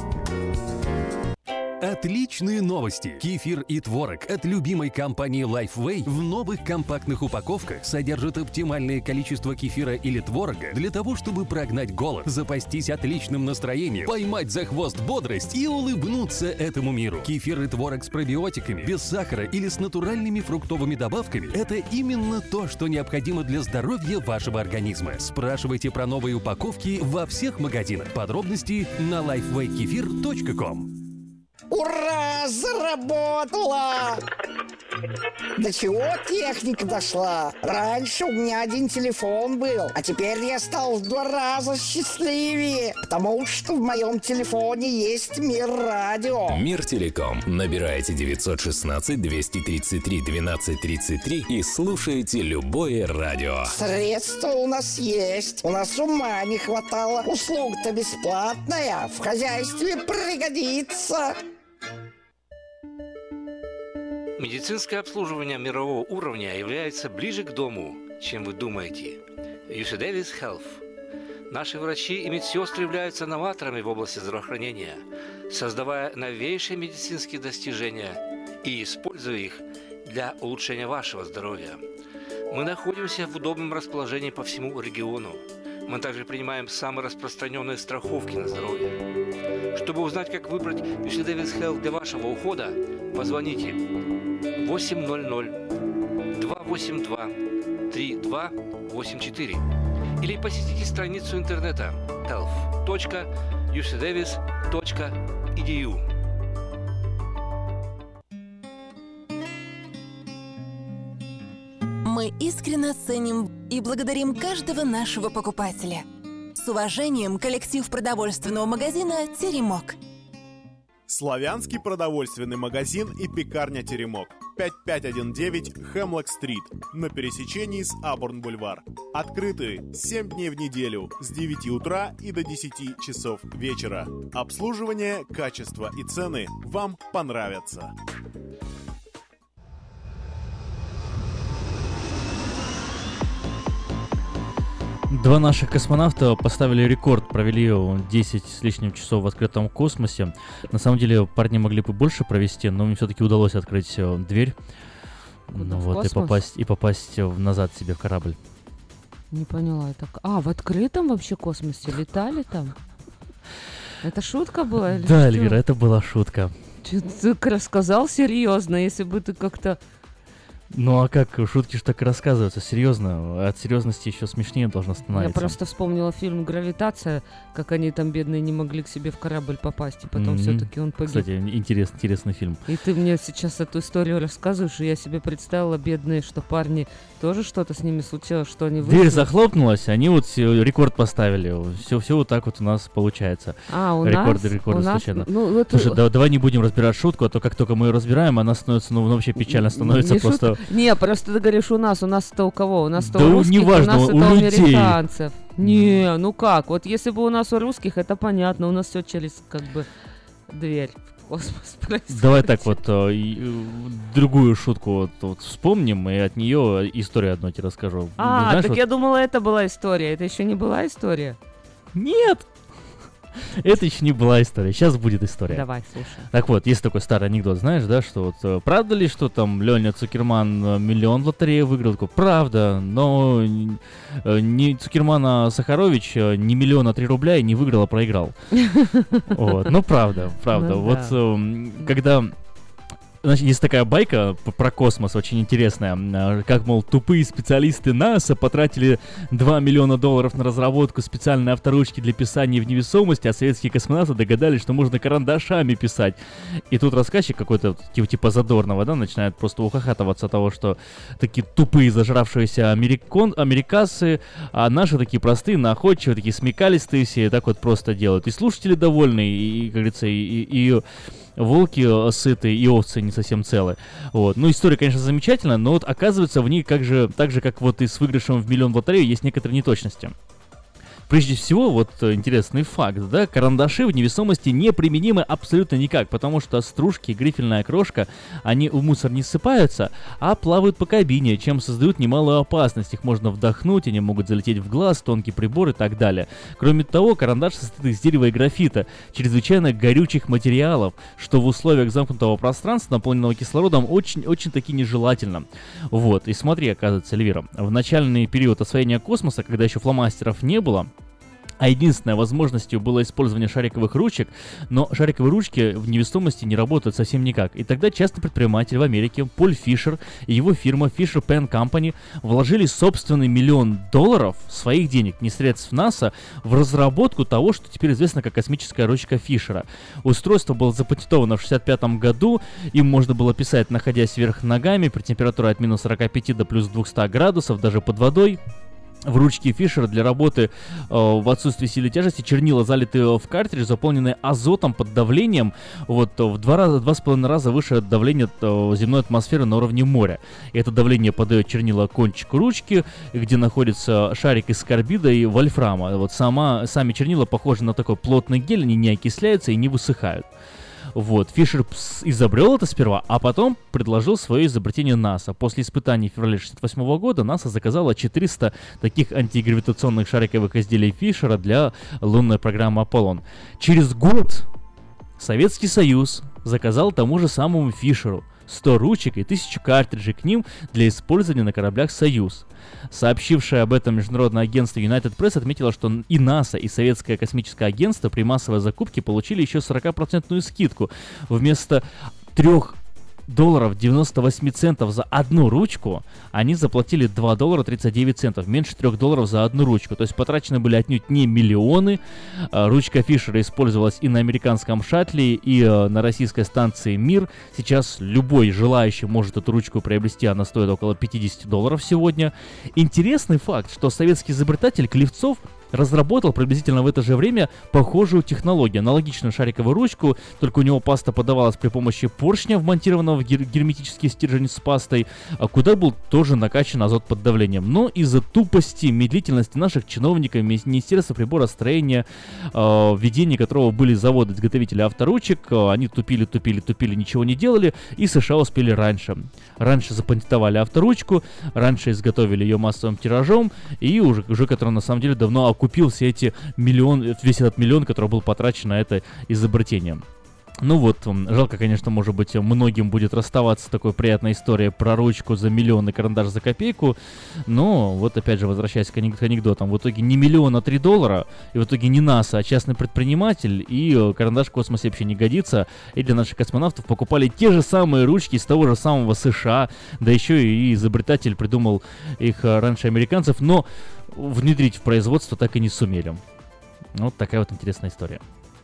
Отличные новости! Кефир и творог от любимой компании Lifeway в новых компактных упаковках содержат оптимальное количество кефира или творога для того, чтобы прогнать голод, запастись отличным настроением, поймать за хвост бодрость и улыбнуться этому миру. Кефир и творог с пробиотиками, без сахара или с натуральными фруктовыми добавками – это именно то, что необходимо для здоровья вашего организма. Спрашивайте про новые упаковки во всех магазинах. Подробности на lifewaykefir.com. Ура! Заработала! До чего техника дошла? Раньше у меня один телефон был, а теперь я стал в 2 раза счастливее, потому что в моем телефоне есть Мир Радио. Мир Телеком. Набирайте 916-233-1233 и слушайте любое радио. Средства у нас есть, у нас ума не хватало. Услуга-то бесплатная, в хозяйстве пригодится. Медицинское обслуживание мирового уровня является ближе к дому, чем вы думаете. UC Davis Health. Наши врачи и медсестры являются новаторами в области здравоохранения, создавая новейшие медицинские достижения и используя их для улучшения вашего здоровья. Мы находимся в удобном расположении по всему региону. Мы также принимаем самые распространенные страховки на здоровье. Чтобы узнать, как выбрать UC Davis Health для вашего ухода, позвоните 800-282-3284 или посетите страницу интернета health.ucdavis.edu. Мы искренне ценим и благодарим каждого нашего покупателя. С уважением, коллектив продовольственного магазина «Теремок». Славянский продовольственный магазин и пекарня «Теремок». 5519 Хемлок-стрит на пересечении с Абурн-бульвар. Открыты 7 дней в неделю с 9 утра и до 10 часов вечера. Обслуживание, качество и цены вам понравятся. Два наших космонавта поставили рекорд, провели 10 с лишним часов в открытом космосе. На самом деле парни могли бы больше провести, но им все-таки удалось открыть дверь и попасть назад себе в корабль. Не поняла. В открытом вообще космосе летали там? Это шутка была? Или да, что? Эльвира, это была шутка. Ты рассказал серьезно, если бы ты как-то... Ну а как, шутки ж так и рассказываются, серьезно, от серьезности еще смешнее должно становиться. Я просто вспомнила фильм «Гравитация», как они там бедные не могли к себе в корабль попасть, и потом все-таки он погиб. Кстати, интересный фильм. И ты мне сейчас эту историю рассказываешь, и я себе представила, бедные, что парни, тоже что-то с ними случилось, что они вышли. Дверь захлопнулась, они вот рекорд поставили, все вот так вот у нас получается. Рекорды случайно. Слушай, давай не будем разбирать шутку, а то как только мы ее разбираем, она становится, вообще печально становится просто... Не, просто ты говоришь, у нас-то у кого? У нас-то да у русских, неважно, у нас у это людей. У американцев. Не, ну как? Вот если бы у нас у русских, это понятно, у нас все через дверь в космос происходит. Давай так вот другую шутку вот вспомним, и от нее историю одну тебе расскажу. Так я думала, это была история. Это еще не была история? Нет! Это еще не была история, сейчас будет история. Давай, слушай. Так вот, есть такой старый анекдот, знаешь, да, что вот правда ли, что там Леня Цукерман миллион в лотерее выиграл? Такой, правда, но не Цукерман, а Сахарович не миллион, а 3 рубля и не выиграл, а проиграл. Вот, ну правда. Вот когда Значит, есть такая байка про космос, очень интересная. Как, мол, тупые специалисты НАСА потратили $2 миллиона на разработку специальной авторучки для писания в невесомости, а советские космонавты догадались, что можно карандашами писать. И тут рассказчик какой-то, типа Задорнова, да, начинает просто ухахатываться от того, что такие тупые зажравшиеся американцы, а наши такие простые, находчивые, такие смекалистые все, так вот просто делают. И слушатели довольны, и как говорится, и волки сыты, и овцы не совсем целы. Вот. Ну, история, конечно, замечательная, но вот оказывается в ней так же, как вот и с выигрышем в миллион в лотерею, есть некоторые неточности. Прежде всего, вот интересный факт, да, карандаши в невесомости неприменимы абсолютно никак, потому что стружки, грифельная крошка, они в мусор не ссыпаются, а плавают по кабине, чем создают немалую опасность. Их можно вдохнуть, они могут залететь в глаз, тонкий прибор и так далее. Кроме того, карандаш состоит из дерева и графита, чрезвычайно горючих материалов, что в условиях замкнутого пространства, наполненного кислородом, очень-таки нежелательно. Вот, и смотри, оказывается, Эльвира, в начальный период освоения космоса, когда еще фломастеров не было, а единственной возможностью было использование шариковых ручек, но шариковые ручки в невесомости не работают совсем никак. И тогда частный предприниматель в Америке Поль Фишер и его фирма Fisher Pen Company вложили собственный $1 миллион своих денег, не средств НАСА, в разработку того, что теперь известно как космическая ручка Фишера. Устройство было запатентовано в 1965 году, им можно было писать, находясь вверх ногами, при температуре от минус 45 до плюс 200 градусов, даже под водой. В ручке Фишера для работы в отсутствии силы тяжести чернила залиты в картридж, заполненные азотом под давлением вот в 2,5 раза выше давления земной атмосферы на уровне моря. И это давление подает чернила к кончику ручки, где находится шарик из карбида и вольфрама. Вот сами чернила похожи на такой плотный гель, они не окисляются и не высыхают. Вот, Фишер изобрел это сперва, а потом предложил свое изобретение НАСА. После испытаний в феврале 1968 года НАСА заказала 400 таких антигравитационных шариковых изделий Фишера для лунной программы Аполлон. Через год Советский Союз заказал тому же самому Фишеру 100 ручек и 1000 картриджей к ним для использования на кораблях «Союз». Сообщившее об этом международное агентство United Press отметило, что и НАСА, и Советское космическое агентство при массовой закупке получили еще 40% скидку. Вместо $3.98 за одну ручку они заплатили $2.39, меньше $3 за одну ручку. То есть потрачены были отнюдь не миллионы. Ручка Фишера использовалась и на американском шаттле, и на российской станции «Мир». Сейчас любой желающий может эту ручку приобрести, она стоит около $50 сегодня. Интересный факт, что советский изобретатель Клевцов разработал приблизительно в это же время похожую технологию, аналогичную шариковую ручку, только у него паста подавалась при помощи поршня, вмонтированного в герметический стержень с пастой, куда был тоже накачан азот под давлением. Но из-за тупости, медлительности наших чиновников Министерства приборостроения, введение которого были заводы-изготовители авторучек, они тупили, ничего не делали, и США успели раньше. Раньше запатентовали авторучку, раньше изготовили ее массовым тиражом, и уже который на самом деле давно окупил весь этот миллион, который был потрачен на это изобретение. Ну вот, жалко, конечно, может быть, многим будет расставаться с такой приятной историей про ручку за миллион и карандаш за копейку, но вот опять же, возвращаясь к анекдотам, в итоге не миллион, а $3, и в итоге не НАСА, а частный предприниматель, и карандаш в космосе вообще не годится, и для наших космонавтов покупали те же самые ручки из того же самого США, да еще и изобретатель придумал их раньше американцев, но внедрить в производство так и не сумели. Вот такая вот интересная история.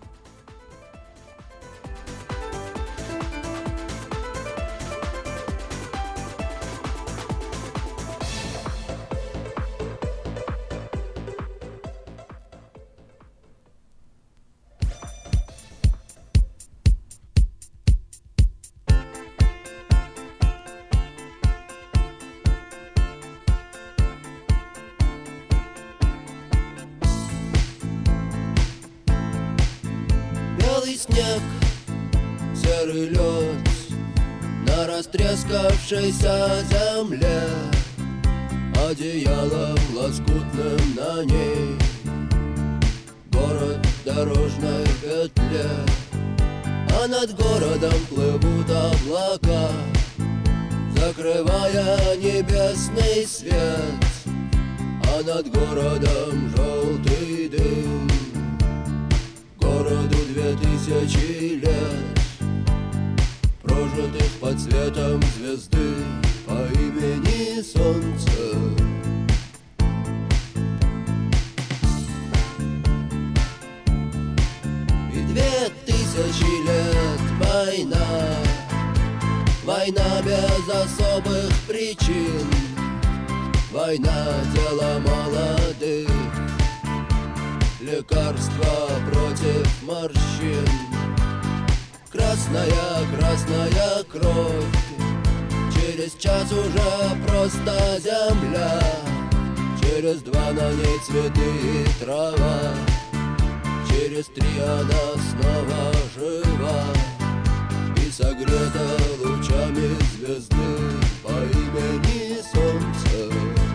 Снег, серый лед на растрескавшейся земле, одеялом лоскутным на ней город в дорожной петле, а над городом плывут облака, закрывая небесный свет, а над городом желтый дым. Городу 2000 лет, прожил прожитых под светом звезды по имени Солнце. И 2000 лет война, война без особых причин, война дело молодых, лекарства против морщин. Красная, красная кровь, через час уже просто земля, через 2 на ней цветы и трава, через 3 она снова жива и согрета лучами звезды по имени Солнце.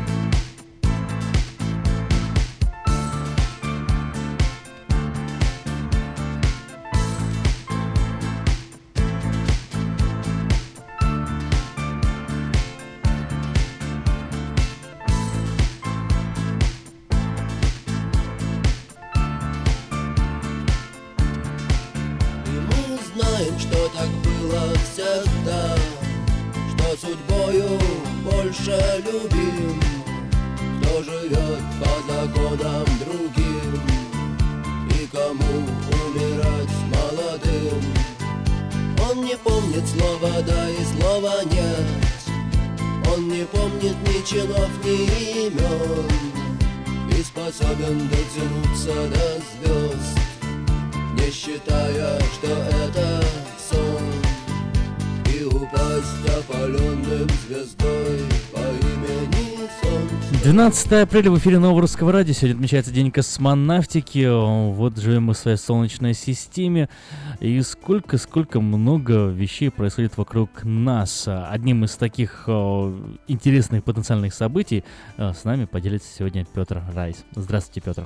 Что так было всегда, что судьбою больше любим, кто живет по законам другим и кому умирать молодым. Он не помнит слова «да» и слова «нет», он не помнит ни чинов, ни имен и способен дотянуться до звезд, не считая, что это сон, и упасть опаленным звездой по имени Солнце. 12 апреля в эфире Нового Русского Радио. Сегодня отмечается День космонавтики. Вот живем мы в своей Солнечной системе. И сколько много вещей происходит вокруг нас. Одним из таких интересных потенциальных событий с нами поделится сегодня Петр Райс. Здравствуйте, Петр.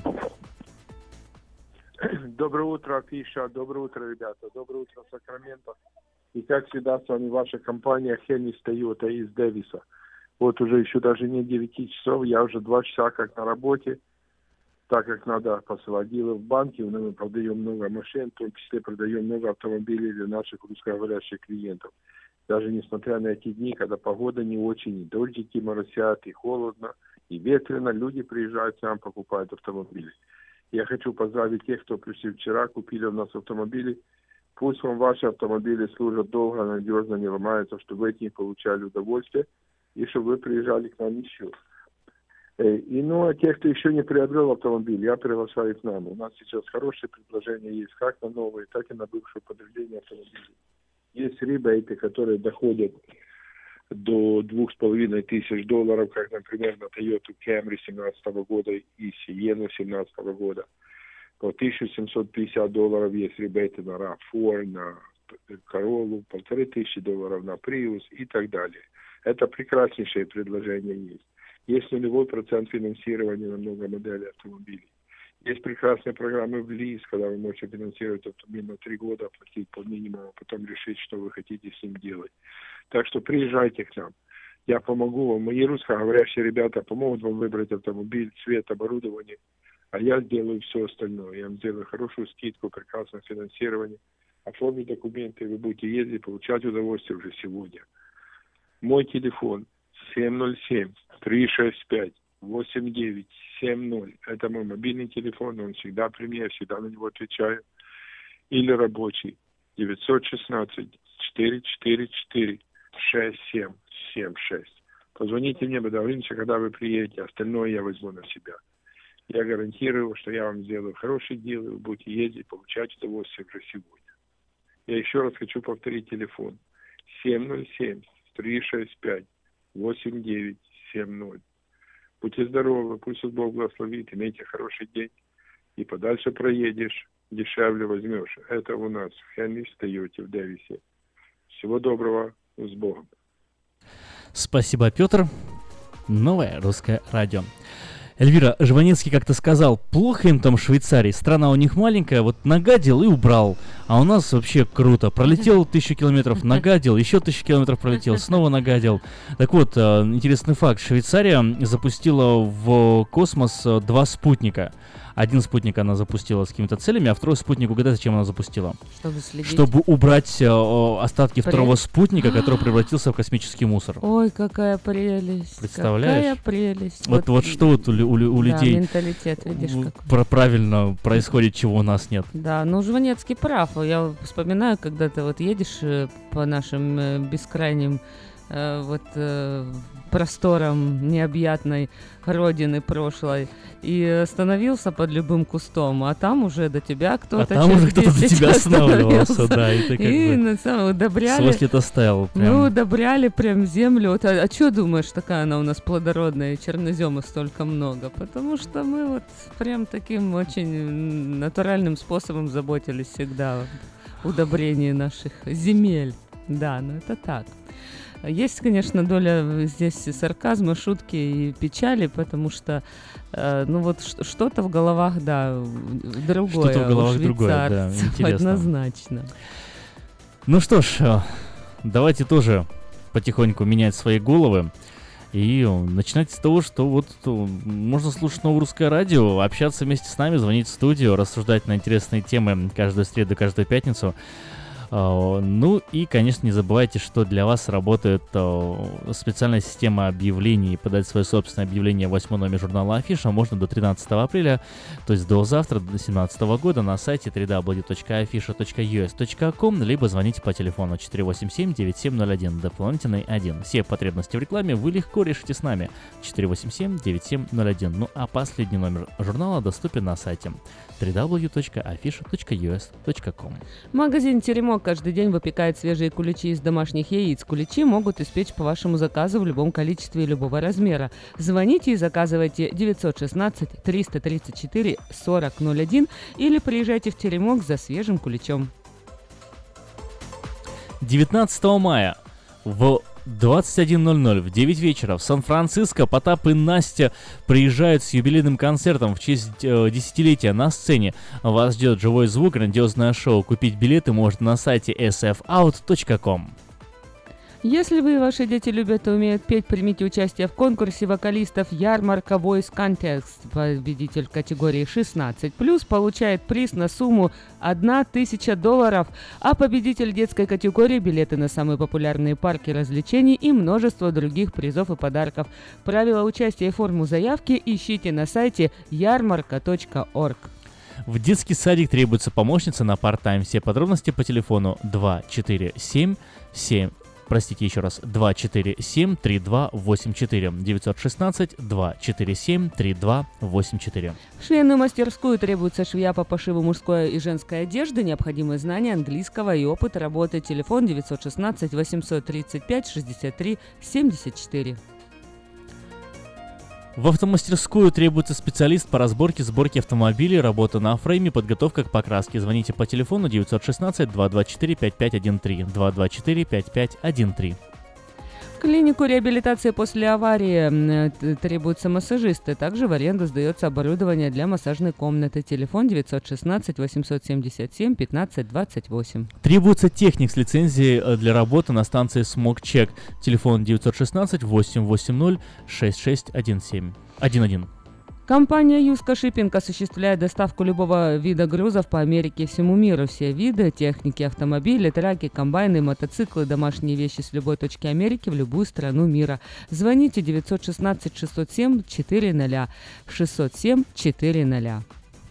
Доброе утро, Афиша. Доброе утро, ребята. Доброе утро, Сакраменто. И как всегда, с вами ваша компания Хеннис Тойота из Дэвиса. Вот уже еще даже не 9 часов, я уже 2 часа как на работе, так как надо посылать дела в банке. Мы продаем много машин, в том числе продаем много автомобилей для наших русскоговорящих клиентов. Даже несмотря на эти дни, когда погода не очень, и дождики моросят, и холодно, и ветрено, люди приезжают к нам, покупают автомобили. Я хочу поздравить тех, кто пришли вчера, купили у нас автомобили. Пусть вам ваши автомобили служат долго, надежно, не ломаются, чтобы вы от них получали удовольствие и чтобы вы приезжали к нам еще. А тех, кто еще не приобрел автомобиль, я приглашаю к нам. У нас сейчас хорошие предложения есть как на новые, так и на бывшее подтверждение автомобилей. Есть ребейты, которые доходят до $2500, как, например, на Toyota Camry 2017 года и Sienna 2017 года. По $1750 есть ребейты на RAV4, на Corolla, $1500 на Prius и так далее. Это прекраснейшее предложение есть. Есть 0% финансирования на много моделей автомобилей. Есть прекрасные программы в лиз, когда вы можете финансировать автомобиль на 3 года, оплатить по минимуму, а потом решить, что вы хотите с ним делать. Так что приезжайте к нам. Я помогу вам. Мои русскоговорящие ребята помогут вам выбрать автомобиль, цвет, оборудование. А я сделаю все остальное. Я вам сделаю хорошую скидку, прекрасное финансирование. Оформить документы, вы будете ездить, получать удовольствие уже сегодня. Мой телефон 707-365-8970. Это мой мобильный телефон, он всегда при мне, я всегда на него отвечаю. Или рабочий 916-444-6776. Позвоните мне, договоримся, когда вы приедете, остальное я возьму на себя. Я гарантирую, что я вам сделаю хороший дел, и вы будете ездить, получать удовольствие уже сегодня. Я еще раз хочу повторить телефон. 707-365-8970. Будьте здоровы, пусть Бог благословит, имейте хороший день. И подальше проедешь, дешевле возьмешь. Это у нас в Хеннис Тойоте в Дэвисе. Всего доброго, с Богом. Спасибо, Петр. Новое русское радио. Эльвира, Жванецкий как-то сказал, плохо им там в Швейцарии, страна у них маленькая, вот нагадил и убрал, а у нас вообще круто. Пролетел 1000 километров, нагадил, еще 1000 километров пролетел, снова нагадил. Так вот, интересный факт, Швейцария запустила в космос 2 спутника. Один спутник она запустила с какими-то целями, а второй спутник, угадай, зачем она запустила? Чтобы следить. Чтобы убрать остатки второго спутника, который превратился в космический мусор. Ой, какая прелесть. Представляешь? Какая прелесть. Вот что вот у людей да, менталитет, видишь, как. Правильно происходит, чего у нас нет. Да, ну Жванецкий прав. Я вспоминаю, когда ты вот едешь по нашим бескрайним просторам необъятной родины прошлой и остановился под любым кустом, а там уже до тебя кто-то до тебя останавливался, да, и ты как бы удобряли. С лет оставил. Ну, удобряли прям землю. Вот, а что думаешь, такая она у нас плодородная, и чернозема столько много? Потому что мы вот прям таким очень натуральным способом заботились всегда о удобрении наших земель. Да, ну это так. Есть, конечно, доля здесь сарказма, шутки и печали, потому что, ну вот что-то в головах, да, другое. Что-то в головах другое, да, интересно. Однозначно. Ну что ж, давайте тоже потихоньку менять свои головы и начинать с того, что вот можно слушать новое русское радио, общаться вместе с нами, звонить в студию, рассуждать на интересные темы каждую среду, каждую пятницу. Ну и, конечно, не забывайте, что для вас работает специальная система объявлений. Подать свое собственное объявление в 8 номер журнала Афиша можно до 13 апреля, то есть до завтра, до 2017 года на сайте www.afisha.us.com, либо звоните по телефону 487-9701, дополнительный 1. Все потребности в рекламе вы легко решите с нами. 487-9701. Ну а последний номер журнала доступен на сайте www.afisha.us.com. Магазин «Теремок» каждый день выпекает свежие куличи из домашних яиц. Куличи могут испечь по вашему заказу в любом количестве и любого размера. Звоните и заказывайте 916-334-4001 или приезжайте в «Теремок» за свежим куличом. 19 мая в 21:00 в 9 вечера в Сан-Франциско Потап и Настя приезжают с юбилейным концертом в честь десятилетия на сцене. Вас ждет живой звук, грандиозное шоу. Купить билеты можно на сайте sfout.com. Если вы и ваши дети любят и умеют петь, примите участие в конкурсе вокалистов «Ярмарка Voice Contest». Победитель в категории 16+, получает приз на сумму $1000, а победитель детской категории – билеты на самые популярные парки развлечений и множество других призов и подарков. Правила участия и форму заявки ищите на сайте yarmarka.org. В детский садик требуется помощница на парт-тайм. Все подробности по телефону 247 247-3284, 916-247-3284. В швейную мастерскую требуется швея по пошиву мужской и женской одежды, необходимые знания английского и опыт работы. Телефон 916-835-63-74. В автомастерскую требуется специалист по разборке, сборке автомобилей, работа на фрейме, подготовка к покраске. Звоните по телефону 916-224-5513, 224-5513. В клинику реабилитации после аварии требуются массажисты. Также в аренду сдается оборудование для массажной комнаты. Телефон 916-877-1528. Требуется техник с лицензией для работы на станции Smoke Check. Телефон 916-880-6611. Компания Юска Шиппинг осуществляет доставку любого вида грузов по Америке и всему миру. Все виды техники, автомобили, траки, комбайны, мотоциклы, домашние вещи с любой точки Америки в любую страну мира. Звоните 916-607-400, 607-400.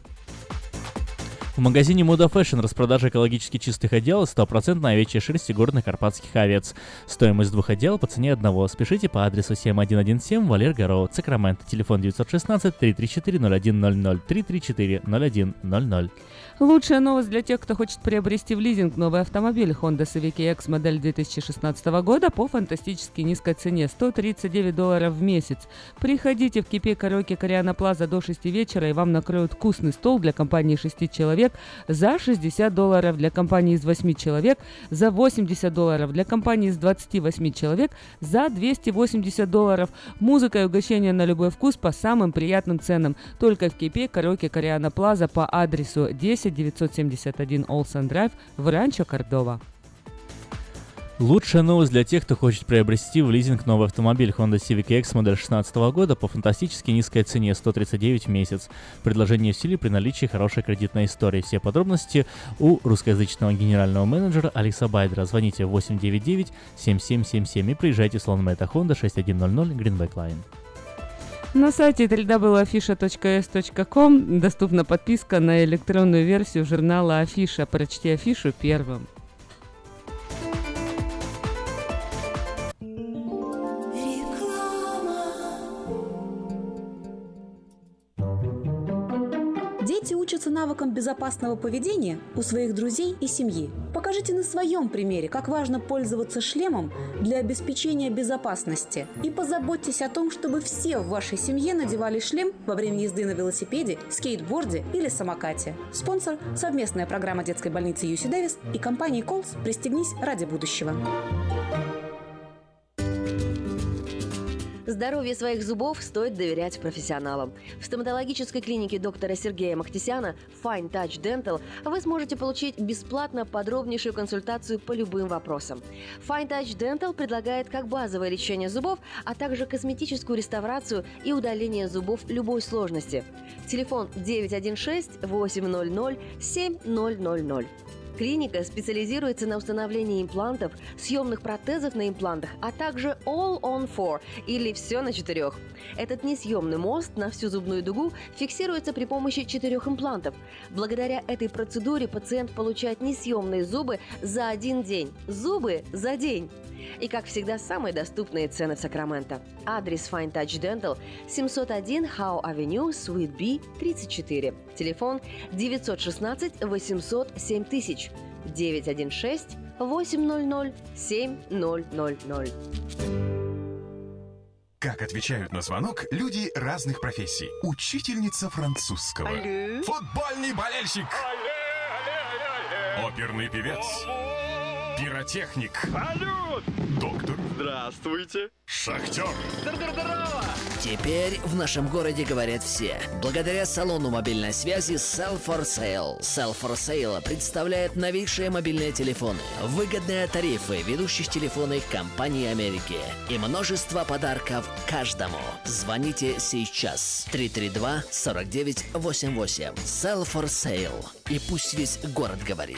В магазине Moda Fashion распродажа экологически чистых одеял, 100% овечья шерсть и горных карпатских овец. Стоимость 2 одеял по цене одного. Спешите по адресу 7117 Валерго Роуд, Сакраменто. Телефон 916-334-0100, 334-0100. Лучшая новость для тех, кто хочет приобрести в лизинг новый автомобиль Honda Civic EX модель 2016 года по фантастически низкой цене $139 в месяц. Приходите в Кипе Караоке Кориана Плаза до 6 вечера, и вам накроют вкусный стол для компании 6 человек человек за $60, для компании из 8 человек за $80, для компании из 28 человек за $280. Музыка и угощения на любой вкус по самым приятным ценам. Только в Кипе, Караоке Кориана Плаза по адресу 10971 Олсен Драйв в Ранчо Кордова. Лучшая новость для тех, кто хочет приобрести в лизинг новый автомобиль Honda Civic X модель 2016 года по фантастически низкой цене $139 в месяц. Предложение в силе при наличии хорошей кредитной истории. Все подробности у русскоязычного генерального менеджера Алекса Байдера. Звоните 899-7777 и приезжайте в салон Мэйта Honda 6100 Greenback Line. На сайте www.afisha.s.com доступна подписка на электронную версию журнала «Афиша». Прочти афишу первым. Дети учатся навыкам безопасного поведения у своих друзей и семьи. Покажите на своем примере, как важно пользоваться шлемом для обеспечения безопасности. И позаботьтесь о том, чтобы все в вашей семье надевали шлем во время езды на велосипеде, скейтборде или самокате. Спонсор – совместная программа детской больницы UC Davis и компании Coles «Пристегнись ради будущего». Здоровье своих зубов стоит доверять профессионалам. В стоматологической клинике доктора Сергея Махтисяна Fine Touch Dental вы сможете получить бесплатно подробнейшую консультацию по любым вопросам. Fine Touch Dental предлагает как базовое лечение зубов, а также косметическую реставрацию и удаление зубов любой сложности. Телефон 916-800-7000. Клиника специализируется на установлении имплантов, съемных протезов на имплантах, а также All on 4 или «Все на 4». Этот несъемный мост на всю зубную дугу фиксируется при помощи 4 имплантов. Благодаря этой процедуре пациент получает несъемные зубы за один день. Зубы за день! И, как всегда, самые доступные цены в Сакраменто. Адрес Fine Touch Dental 701 Howe Avenue, Suite B, 34. Телефон 916-800-7000. 916-800-7000. Как отвечают на звонок люди разных профессий. Учительница французского. Алле. Футбольный болельщик. Оперный певец. Пиротехник. Салют! Доктор. Здравствуйте. Шахтер. Здорово! Теперь в нашем городе говорят все. Благодаря салону мобильной связи Sell for Sale. Sell for Sale представляет новейшие мобильные телефоны, выгодные тарифы ведущих телефонных компаний Америки и множество подарков каждому. Звоните сейчас. 332-4988. Sell for Sale. И пусть весь город говорит.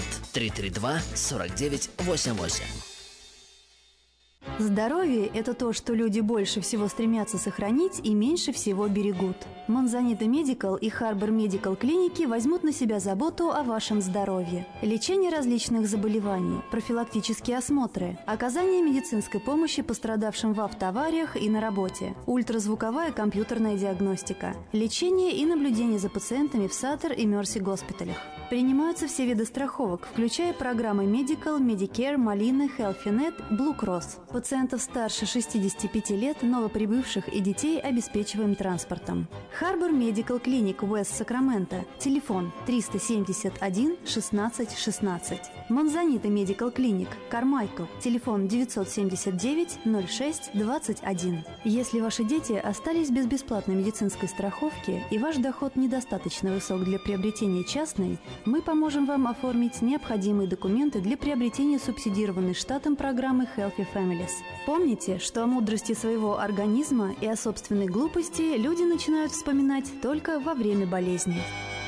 332-4988. Здоровье – это то, что люди больше всего стремятся сохранить и меньше всего берегут. Монзанита Медикал и Харбор Медикал клиники возьмут на себя заботу о вашем здоровье. Лечение различных заболеваний, профилактические осмотры, оказание медицинской помощи пострадавшим в автоавариях и на работе, ультразвуковая компьютерная диагностика, лечение и наблюдение за пациентами в Саттер и Мерси госпиталях. Принимаются все виды страховок, включая программы Medical, Medicare, Molina, HealthyNet, Blue Cross. Пациентов старше 65 лет, новоприбывших и детей обеспечиваем транспортом. Харбор Медикал Клиник, Уэст Сакраменто. Телефон 371 16 16. Монзанита Медикал Клиник, Кармайкл. Телефон 979 06 21. Если ваши дети остались без бесплатной медицинской страховки и ваш доход недостаточно высок для приобретения частной, мы поможем вам оформить необходимые документы для приобретения субсидированной штатом программы Healthy Families. Помните, что о мудрости своего организма и о собственной глупости люди начинают вспоминать только во время болезни.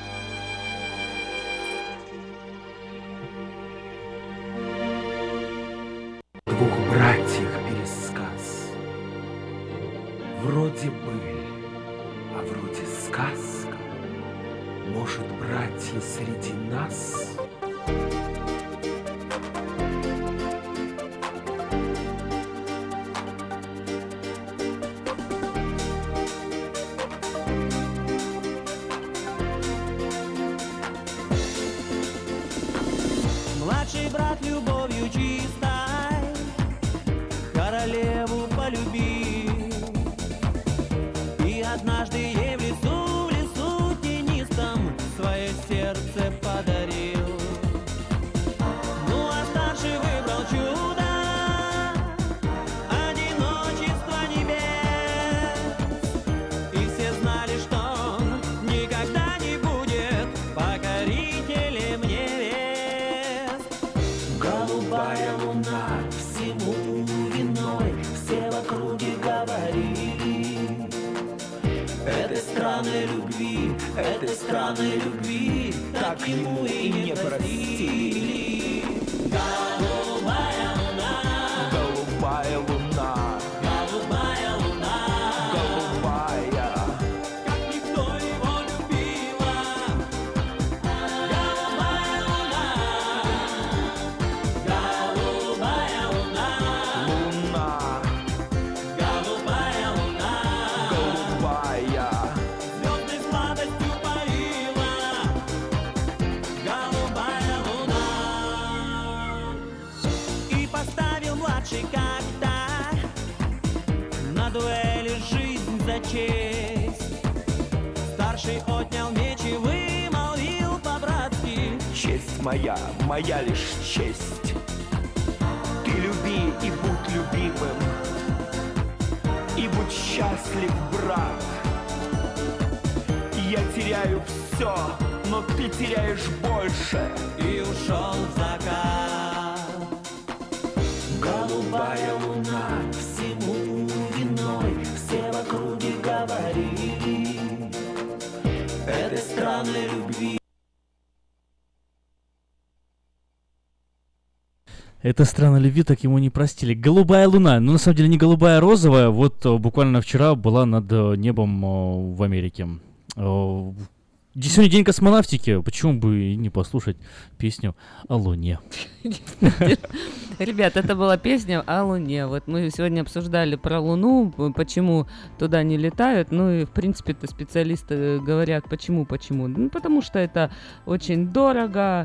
Двух братьев пересказ. Вроде быль, а вроде сказка. Может, братья среди нас? Младший брат любовью чистой королеву полюбил, и однажды ей в лесу тенистом свое сердце подарил. странной любви, этой странной любви, так ему и не простили. Голубая луна, голубая луна, голубая луна, голубая, как никто его любила. Голубая луна, голубая луна, луна, голубая луна, голубая, звездной сладостью поила. Голубая луна. И поставил младший как-то на дуэли жизнь за честь. Старший отнял меч и вымолвил по-братски: честь моя, моя лишь честь. Ты люби и будь любимым, и будь счастлив, брат. Я теряю все, но ты теряешь больше. И ушел в закат. Голубая луна, всему виной все в округе говорили этой странной любви. Это странно, любви так ему не простили. Голубая луна, ну на самом деле не голубая, а розовая. Вот буквально вчера была над небом в Америке. Сегодня день космонавтики, почему бы и не послушать песню о Луне? Ребят, это была песня о Луне. Вот мы сегодня обсуждали про Луну, почему туда не летают. Ну и, в принципе-то, специалисты говорят, почему. Ну, потому что это очень дорого,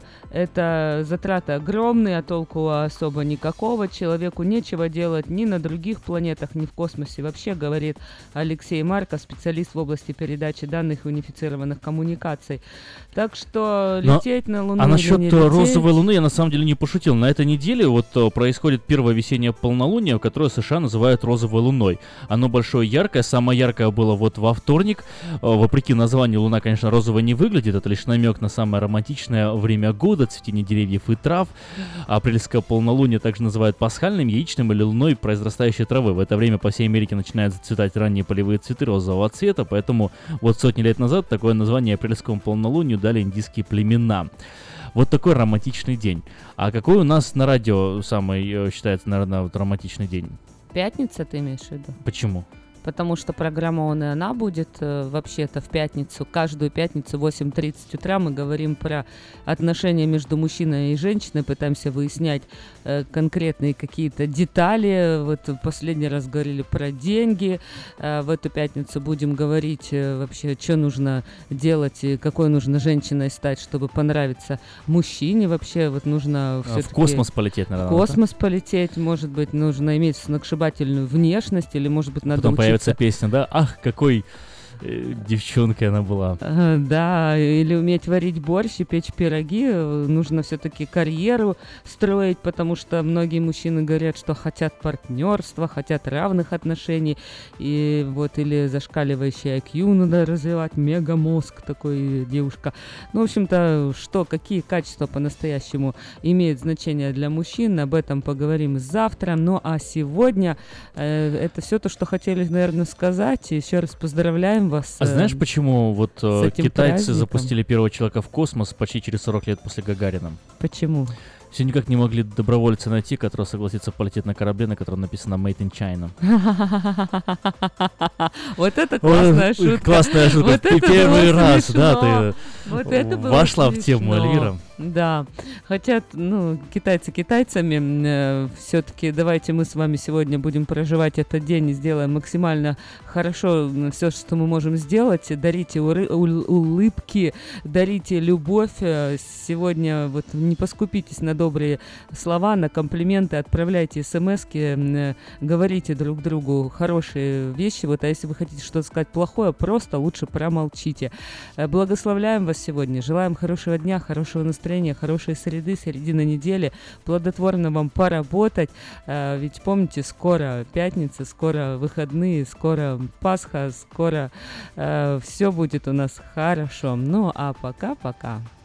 это затраты огромные, а толку особо никакого. Человеку нечего делать ни на других планетах, ни в космосе. Вообще, говорит Алексей Марков, специалист в области передачи данных и унифицированных коммуникаций. Так что лететь на Луну. А насчет или не лететь... розовой Луны я на самом деле не пошутил. На этой неделе вот происходит первое весеннее полнолуние, которое США называют розовой луной. Оно большое, яркое. Самое яркое было вот во вторник. Вопреки названию, Луна, конечно, розовой не выглядит. Это лишь намек на самое романтичное время года, цветение деревьев и трав. Апрельское полнолуние также называют пасхальным, яичным или луной произрастающей травы. В это время по всей Америке начинают зацветать ранние полевые цветы розового цвета, поэтому вот сотни лет назад такое название апрельскому полнолунию дали индийские племена. Вот такой романтичный день. А какой у нас на радио самый считается, наверное, вот романтичный день? Пятница, ты имеешь в виду? Почему? Потому что программа «Он и она» будет вообще-то в пятницу. Каждую пятницу в 8:30 утра мы говорим про отношения между мужчиной и женщиной, пытаемся выяснять конкретные какие-то детали. Вот последний раз говорили про деньги. В эту пятницу будем говорить вообще, что нужно делать, и какой нужно женщиной стать, чтобы понравиться мужчине. Вообще вот нужно в космос полететь, наверное. В космос полететь, может быть, нужно иметь сногсшибательную внешность, или, может быть, надо потом учиться. Появится песня, да? Ах, какой девчонкой она была. Да, или уметь варить борщ и печь пироги. Нужно все-таки карьеру строить, потому что многие мужчины говорят, что хотят партнерства, хотят равных отношений. И вот, или зашкаливающий IQ надо развивать, мегамозг такой девушка. Ну, в общем-то, какие качества по-настоящему имеют значение для мужчин, об этом поговорим завтра. Ну, а сегодня это все то, что хотели, наверное, сказать. Еще раз поздравляем вас. А знаешь, почему вот китайцы праздником запустили первого человека в космос почти через 40 лет после Гагарина? Почему? Все никак не могли добровольца найти, который согласится полететь на корабле, на котором написано «Made in China». Вот это классная шутка. Классная шутка. Ты первый раз, да, ты вошла в тему, Эльвира. Да, хотя, китайцы китайцами, все-таки давайте мы с вами сегодня будем проживать этот день и сделаем максимально хорошо все, что мы можем сделать. Дарите улыбки, дарите любовь. Сегодня вот не поскупитесь на добрые слова, на комплименты, отправляйте смски, говорите друг другу хорошие вещи. Вот, а если вы хотите что-то сказать плохое, просто лучше промолчите. Благословляем вас сегодня, желаем хорошего дня, хорошего настроения, хорошей среды, середины недели, плодотворно вам поработать, ведь помните, скоро пятница, скоро выходные, скоро Пасха, скоро все будет у нас хорошо. Ну а пока-пока.